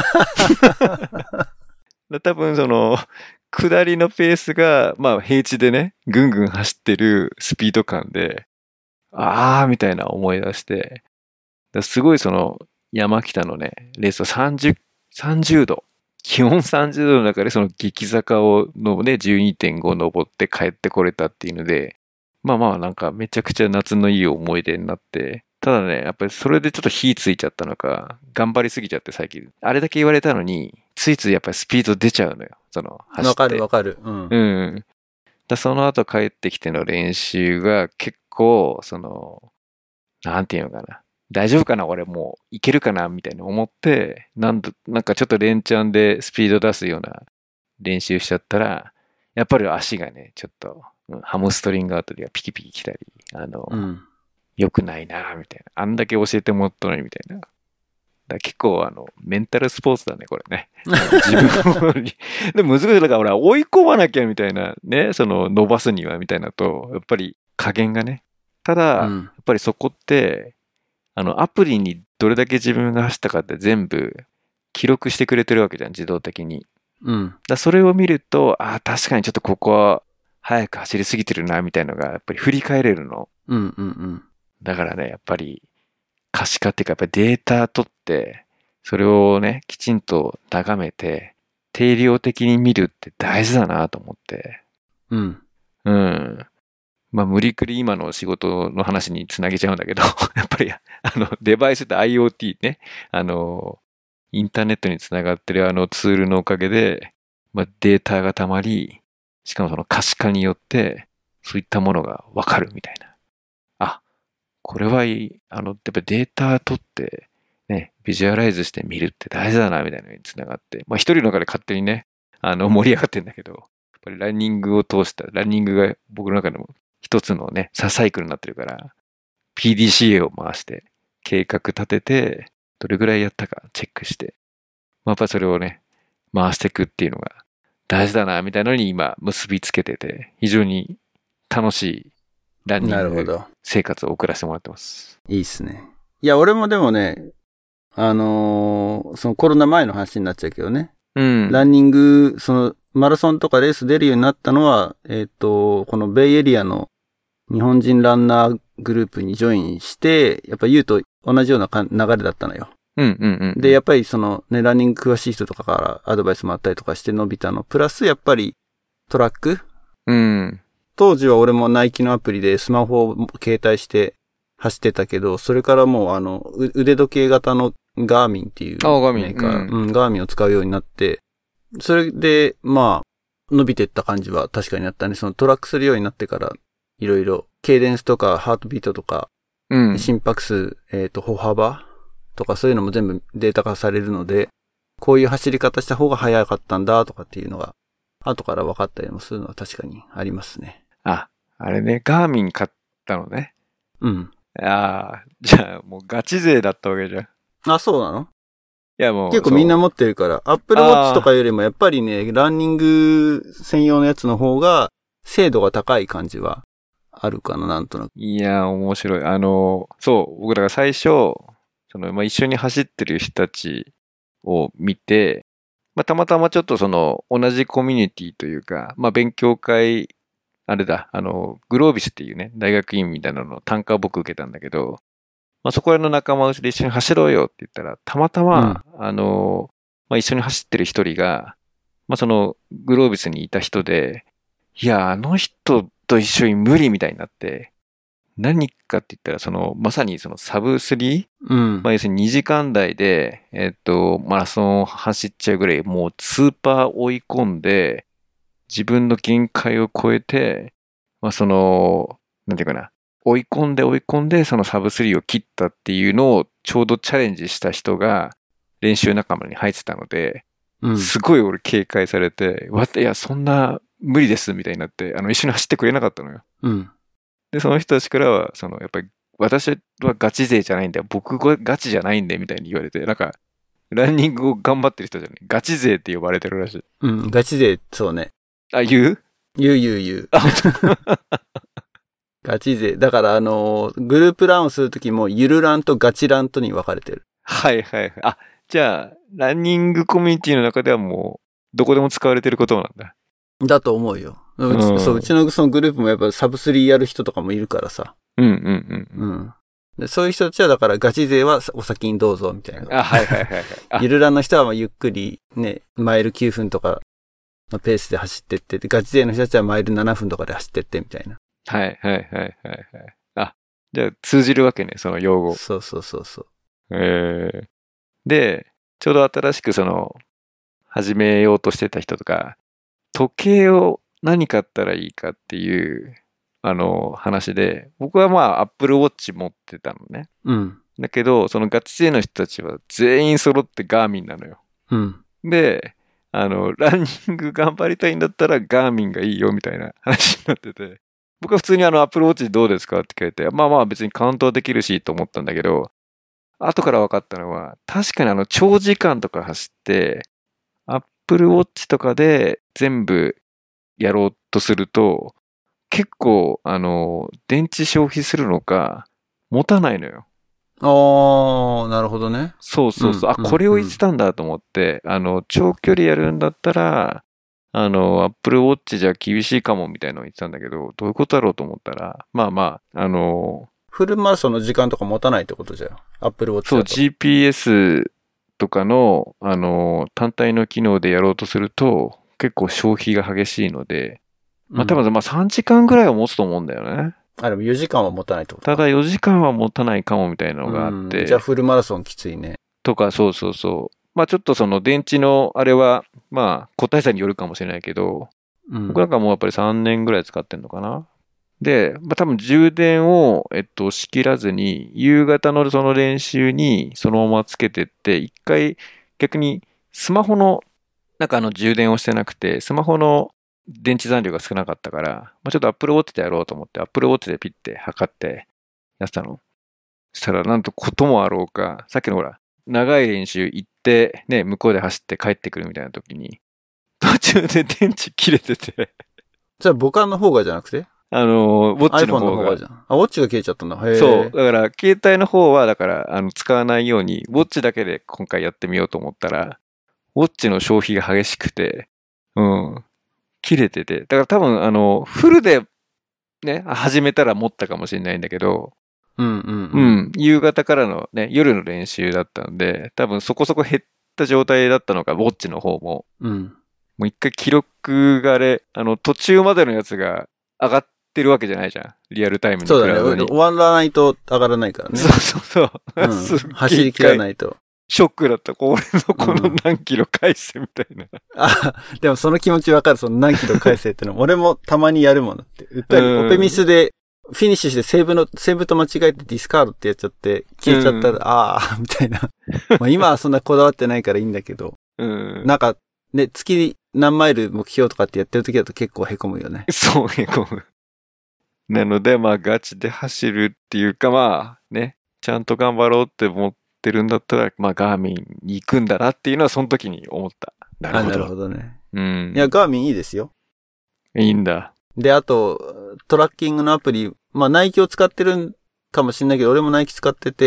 Speaker 2: 多分その、下りのペースが、まあ平地でね、ぐんぐん走ってるスピード感で、あーみたいな思い出して、すごいその山北のね、レースはさんじゅう、さんじゅうど、気温さんじゅうどの中でその激坂をのね、じゅうにてんご登って帰ってこれたっていうので、まあまあなんかめちゃくちゃ夏のいい思い出になって、ただね、やっぱりそれでちょっと火ついちゃったのか、頑張りすぎちゃって最近。あれだけ言われたのに、ついついやっぱりスピード出ちゃうのよ。その、走って。
Speaker 1: わかるわかる。うん。
Speaker 2: うん。だその後帰ってきての練習が結構、その、なんていうのかな。大丈夫かな俺もういけるかなみたいな思って、なんと、なんかちょっと連チャンでスピード出すような練習しちゃったら、やっぱり足がね、ちょっと、うん、ハムストリングあたりがピキピキ来たり、あの、うん良くないなみたいな。あんだけ教えてもらったのにみたいな。だ結構あの、メンタルスポーツだね、これね。自分に。でも難しい。だから俺は追い込まなきゃみたいな、ね、その伸ばすにはみたいなと、やっぱり加減がね。ただ、うん、やっぱりそこって、あの、アプリにどれだけ自分が走ったかって全部記録してくれてるわけじゃん、自動的に。うん。だそれを見ると、ああ、確かにちょっとここは早く走りすぎてるな、みたいなのがやっぱり振り返れるの。うんうんうん。だからね、やっぱり可視化っていうか、やっぱりデータ取って、それをね、きちんと眺めて、定量的に見るって大事だなと思って。うん。うん。まあ、無理くり今の仕事の話につなげちゃうんだけど、やっぱり、あの、デバイスって IoT ね、あの、インターネットにつながってるあのツールのおかげで、まあ、データがたまり、しかもその可視化によって、そういったものがわかるみたいな。あ、これはいい。あの、やっぱデータ取って、ね、ビジュアライズして見るって大事だな、みたいなのにつながって。まあ一人の中で勝手にね、あの、盛り上がってんだけど、やっぱりランニングを通した、ランニングが僕の中でも一つのね、サイクルになってるから、ピーディーシーエー を回して、計画立てて、どれぐらいやったかチェックして、まあ、やっぱりそれをね、回していくっていうのが大事だな、みたいなのに今結びつけてて、非常に楽しいランニング生活を送らせてもらってます。
Speaker 1: いいっすね。いや、俺もでもね、あのー、そのコロナ前の話になっちゃうけどね。うん。ランニング、その、マラソンとかレース出るようになったのは、えっと、このベイエリアの日本人ランナーグループにジョインして、やっぱ言うと同じような流れだったのよ。うんうんうん。で、やっぱりそのね、ランニング詳しい人とかからアドバイスもあったりとかして伸びたの。プラスやっぱりトラック。うん。当時は俺もナイキのアプリでスマホを携帯して走ってたけど、それからもうあの、腕時計型のガーミンっていうメーカー、うん、ガーミンを使うようになって、それで、まあ、伸びてった感じは確かにあったね。そのトラックするようになってから、いろいろ、ケイデンスとか、ハートビートとか、うん、心拍数、えっと、歩幅とかそういうのも全部データ化されるので、こういう走り方した方が速かったんだとかっていうのが、後から分かったりもするのは確かにありますね。
Speaker 2: あ、あれね、ガーミン買ったのね。うん。ああ、じゃあもうガチ勢だったわけじゃん。
Speaker 1: あ、そうなの？
Speaker 2: いやもう。
Speaker 1: 結構みんな持ってるから、アップルウォッチとかよりもやっぱりね、ランニング専用のやつの方が精度が高い感じはあるかな、なんとなく。
Speaker 2: いや、面白い。あの、そう、僕だから最初、 その、まあ、一緒に走ってる人たちを見て、まあ、たまたまちょっとその、同じコミュニティというか、まあ、勉強会、あれだ、あの、グロービスっていうね、大学院みたいなのの単価を僕受けたんだけど、まあ、そこらの仲間内で一緒に走ろうよって言ったら、たまたま、うん、あの、まあ、一緒に走ってる一人が、まあ、その、グロービスにいた人で、いや、あの人と一緒に無理みたいになって、何かって言ったら、その、まさにそのサブスリー、うん、まあ、要するににじかん台で、えっと、マラソンを走っちゃうぐらい、もうスーパー追い込んで、自分の限界を超えて、まあ、その、なんていうかな、追い込んで追い込んで、そのサブスリーを切ったっていうのをちょうどチャレンジした人が練習仲間に入ってたので、うん、すごい俺警戒されて、わいや、そんな無理ですみたいになって、あの、一緒に走ってくれなかったのよ。うん。で、その人たちからは、その、やっぱり、私はガチ勢じゃないんだよ。僕がガチじゃないんで、みたいに言われて、なんか、ランニングを頑張ってる人じゃない。ガチ勢って呼ばれてるらしい。
Speaker 1: うん、ガチ勢、そうね。
Speaker 2: あ、言う
Speaker 1: 言う言う言う。ガチ勢。だから、あのー、グループランをするときも、ゆるランとガチランとに分かれてる。
Speaker 2: はいはいはい。あ、じゃあ、ランニングコミュニティの中ではもう、どこでも使われてることなんだ。
Speaker 1: だと思うよ。うち、うん、そう、うちのそのグループもやっぱサブスリーやる人とかもいるからさ。
Speaker 2: うんうんうん。
Speaker 1: うん。でそういう人たちはだからガチ勢はお先にどうぞみたいな。
Speaker 2: あ、はいはいはい、はい。
Speaker 1: ゆるランの人はまあゆっくりね、マイルきゅうふんとかのペースで走ってって、でガチ勢の人たちはマイルななふんとかで走ってってみたいな。
Speaker 2: はいはいはいはいはい。あ、じゃあ通じるわけね、その用語。
Speaker 1: そうそうそうそう。
Speaker 2: えー、で、ちょうど新しくその、始めようとしてた人とか、時計を何買ったらいいかっていう、あの、話で、僕はまあ、Apple Watch 持ってたのね。
Speaker 1: うん。
Speaker 2: だけど、そのガチ勢の人たちは全員揃ってガーミンなのよ。
Speaker 1: うん。
Speaker 2: で、あの、ランニング頑張りたいんだったらガーミンがいいよみたいな話になってて、僕は普通にあの、Apple Watch どうですかって聞いて、まあまあ別にカウントはできるしと思ったんだけど、後から分かったのは、確かにあの、長時間とか走って、Apple Watch とかで全部やろうとすると、結構、あの、電池消費するのか、持たないのよ。
Speaker 1: あー、なるほどね。
Speaker 2: そうそうそう。うん、あ、これを言ってたんだと思って、うん、あの、長距離やるんだったら、あの、Apple Watch じゃ厳しいかもみたいなのを言ってたんだけど、どういうことだろうと思ったら、まあまあ、あの、
Speaker 1: フルマラソンの時間とか持たないってことじゃん。Apple Watch だと。
Speaker 2: そう、ジーピーエス とかの、あの、単体の機能でやろうとすると、結構消費が激しいので、まあ多分まあさんじかんぐらいは持つと思うんだよね。
Speaker 1: あ、でもよじかんは持たないってことか。
Speaker 2: ただよじかんは持たないかもみたいなのがあって。
Speaker 1: じゃあフルマラソンきついね。
Speaker 2: とか、そうそうそう。まあちょっとその電池のあれは、まあ個体差によるかもしれないけど、うん、僕なんかもうやっぱりさんねんぐらい使ってんのかな。で、まあ多分充電を、えっと、しきらずに、夕方のその練習にそのままつけてって、一回逆にスマホの中の充電をしてなくて、スマホの電池残量が少なかったから、まあ、ちょっと Apple Watch でやろうと思って、Apple Watch でピッて測ってやってたの。そしたらなんとこともあろうか、さっきのほら、長い練習行って、ね、向こうで走って帰ってくるみたいな時に、途中で電池切れてて。
Speaker 1: じゃあ母艦の方がじゃなくて
Speaker 2: あの、ウォッチの方が。
Speaker 1: iPhone の方がじゃん。あ、ウォッチが消えちゃったんだ。へ
Speaker 2: そう。だから、携帯の方は、だから、あの、使わないように、ウォッチだけで今回やってみようと思ったら、ウォッチの消費が激しくて、うん。切れてて。だから多分、あの、フルで、ね、始めたら持ったかもしれないんだけど、
Speaker 1: うんうん
Speaker 2: うん。うん。夕方からのね、夜の練習だったんで、多分そこそこ減った状態だったのか、ウォッチの方も。
Speaker 1: うん。
Speaker 2: もう一回記録があれ、あの、途中までのやつが上がってるわけじゃないじゃん。リアルタイムに。
Speaker 1: そうだね。終わらないと上がらないからね。
Speaker 2: そうそうそう。
Speaker 1: うん、走り切らないと。
Speaker 2: ショックだった。俺のこの何キロ返せみたいな。うん、
Speaker 1: あ、でもその気持ちわかる。その何キロ返せっての。俺もたまにやるもんだって。うっかりオペミスでフィニッシュしてセーブの、セーブと間違えてディスカードってやっちゃって、消えちゃったら、うん、ああ、みたいな。まあ今はそんなこだわってないからいいんだけど。
Speaker 2: うん、
Speaker 1: なんか、ね、月何マイル目標とかってやってる時だと結構凹むよね。
Speaker 2: そう、凹む。なので、まあガチで走るっていうか、まあね、ちゃんと頑張ろうって思ってるんだったら、まあガーミンに行くんだなっていうのはその時に思った。なるほど。
Speaker 1: あ、なるほどね。
Speaker 2: うん。
Speaker 1: いや、ガーミンいいですよ。
Speaker 2: いいんだ。
Speaker 1: で、あと、トラッキングのアプリ、まあナイキを使ってるかもしれないけど、俺もナイキ使ってて、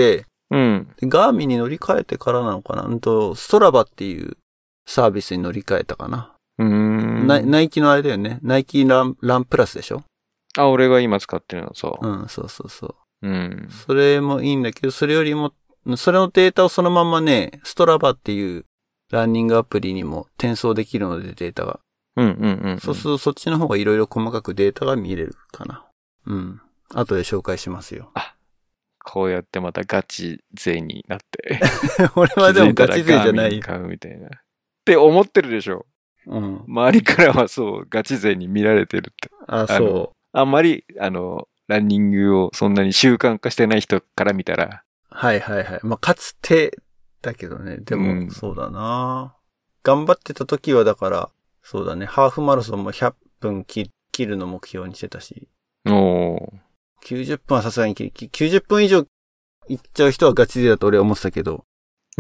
Speaker 2: うん。
Speaker 1: でガーミンに乗り換えてからなのかな。うんと、ストラバっていうサービスに乗り換えたかな。
Speaker 2: うーん。
Speaker 1: ナイ、ナイキのあれだよね。ナイキラン、ランプラスでしょ？
Speaker 2: あ、俺が今使ってるの、そう。
Speaker 1: うん、そうそうそう。
Speaker 2: うん。
Speaker 1: それもいいんだけど、それよりも、それのデータをそのままね、ストラバっていうランニングアプリにも転送できるので、データが。
Speaker 2: うんうんうん、うん。
Speaker 1: そうするとそっちの方がいろいろ細かくデータが見れるかな。うん。後で紹介しますよ。
Speaker 2: あ、こうやってまたガチ勢になって。
Speaker 1: 俺はでもガチ勢じゃないよ。
Speaker 2: 買うみたいな。って思ってるでしょ。
Speaker 1: うん。
Speaker 2: 周りからはそう、ガチ勢に見られてるって。
Speaker 1: あ、そう。
Speaker 2: あんまり、あの、ランニングをそんなに習慣化してない人から見たら。
Speaker 1: はいはいはい。まあ、かつて、だけどね。でも、うん、そうだな。頑張ってた時はだから、そうだね。ハーフマラソンもひゃっぷん切るの目標にしてたし。
Speaker 2: おー。
Speaker 1: きゅうじゅっぷんはさすがにきゅうじゅっぷん以上行っちゃう人はガチ勢だと俺は思ってたけど。
Speaker 2: うん。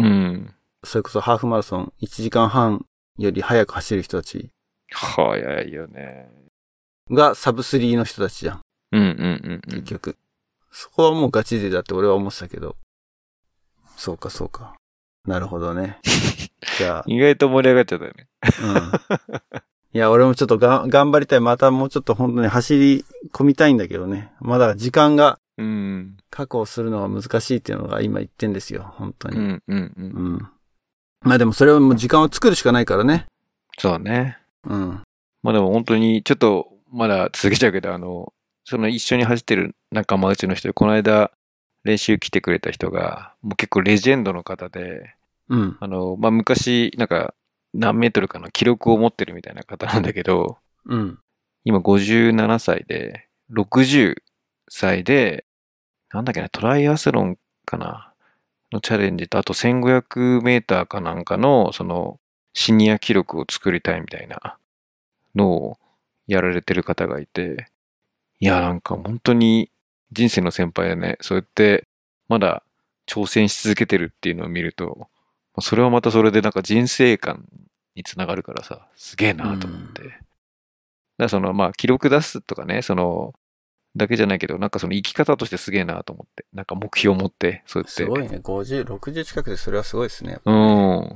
Speaker 1: それこそハーフマラソンいちじかんはんより早く走る人たち。
Speaker 2: 早いよね。
Speaker 1: がサブスリーの人たちじゃん。
Speaker 2: うんうんうん、うん。
Speaker 1: 結局。そこはもうガチ勢だって俺は思ってたけど。そうかそうか。なるほどね。じゃあ。
Speaker 2: 意外と盛り上がっちゃったよね。
Speaker 1: うん。いや、俺もちょっとが頑張りたい。またもうちょっと本当に走り込みたいんだけどね。まだ時間が確保するのは難しいっていうのが今言ってんですよ。本当に。
Speaker 2: うんうんうん。
Speaker 1: うん。まあでもそれはもう時間を作るしかないからね。
Speaker 2: そうね。
Speaker 1: うん。
Speaker 2: まあでも本当にちょっとまだ続けちゃうけど、あの、その一緒に走ってる仲間内の人で、この間練習来てくれた人が、もう結構レジェンドの方で、
Speaker 1: うん。
Speaker 2: あの、まあ昔、なんか何メートルかの記録を持ってるみたいな方なんだけど、
Speaker 1: うん。
Speaker 2: 今ごじゅうななさいで、ろくじゅっさいで、なんだっけな、トライアスロンかなのチャレンジと、あとせんごひゃくメーターかなんかの、その、シニア記録を作りたいみたいなのをやられてる方がいて、いや、なんか本当に人生の先輩でね、そうやってまだ挑戦し続けてるっていうのを見ると、それはまたそれでなんか人生観につながるからさ、すげえなと思って。うん、だからその、まあ、記録出すとかね、その、だけじゃないけど、なんかその生き方としてすげえなと思って。なんか目標を持って、そうやって。
Speaker 1: すごいね。ごじゅう、ろくじゅう近くでそれはすごいですね。
Speaker 2: うん、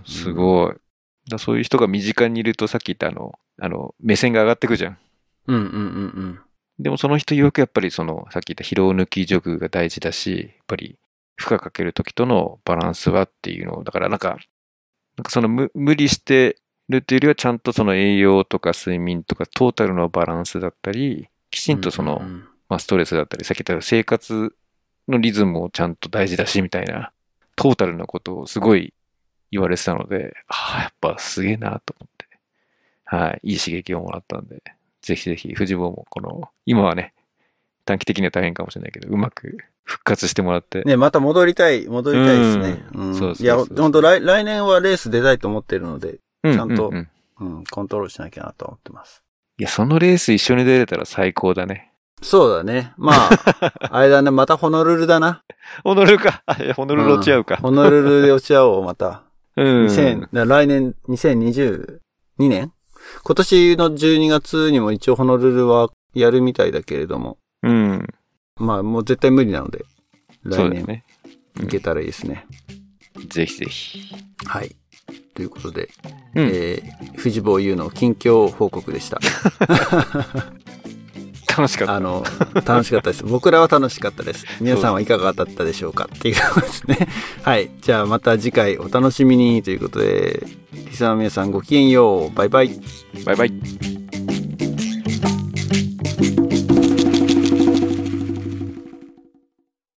Speaker 2: すごい。だそういう人が身近にいると、さっき言ったあの、あの、目線が上がってくじゃん。
Speaker 1: うんうんうんうん。
Speaker 2: でもその人曰くやっぱりその、さっき言った疲労抜きジョグが大事だし、やっぱり負荷かけるときとのバランスはっていうのを、だからなんか、なんかその無無理してるっていうよりはちゃんとその栄養とか睡眠とかトータルのバランスだったり、きちんとその、うんうんうん、まあストレスだったり、さっき言った生活のリズムをちゃんと大事だしみたいな、トータルなことをすごい言われてたので、ああ、やっぱすげえなと思って、はい、いい刺激をもらったんで、ぜひぜひ、藤坊もこの、今はね、短期的には大変かもしれないけど、うまく復活してもらって。
Speaker 1: ね、また戻りたい、戻りたいですね。うん。うん、そうそうそう。いや、本当来、来年はレース出たいと思ってるので、ちゃんと、うん、うんうん、コントロールしなきゃなと思ってます。
Speaker 2: いや、そのレース一緒に出れたら最高だね。
Speaker 1: そうだね。まあ、あれだね、またホノルルだな。
Speaker 2: ホノルルか。ホノルル落ち合うか。
Speaker 1: うん、ホノルルで落ち合おう、また。
Speaker 2: うん。
Speaker 1: にせん、来年、にせんにじゅうにねん今年のじゅうにがつにも一応ホノルルはやるみたいだけれども。
Speaker 2: うん。
Speaker 1: まあもう絶対無理なので、来年、ね、いけたらいいですね、
Speaker 2: うん。ぜひぜひ。
Speaker 1: はい。ということで、
Speaker 2: うん、
Speaker 1: えー、藤坊優の近況報告でした。
Speaker 2: 楽しかった。
Speaker 1: あの、楽しかったです。僕らは楽しかったです。皆さんはいかがだったでしょうかっていうことですね。はい。じゃあまた次回お楽しみにということで、リスナーの皆さんごきげんよう。バイバイ。
Speaker 2: バイバイ。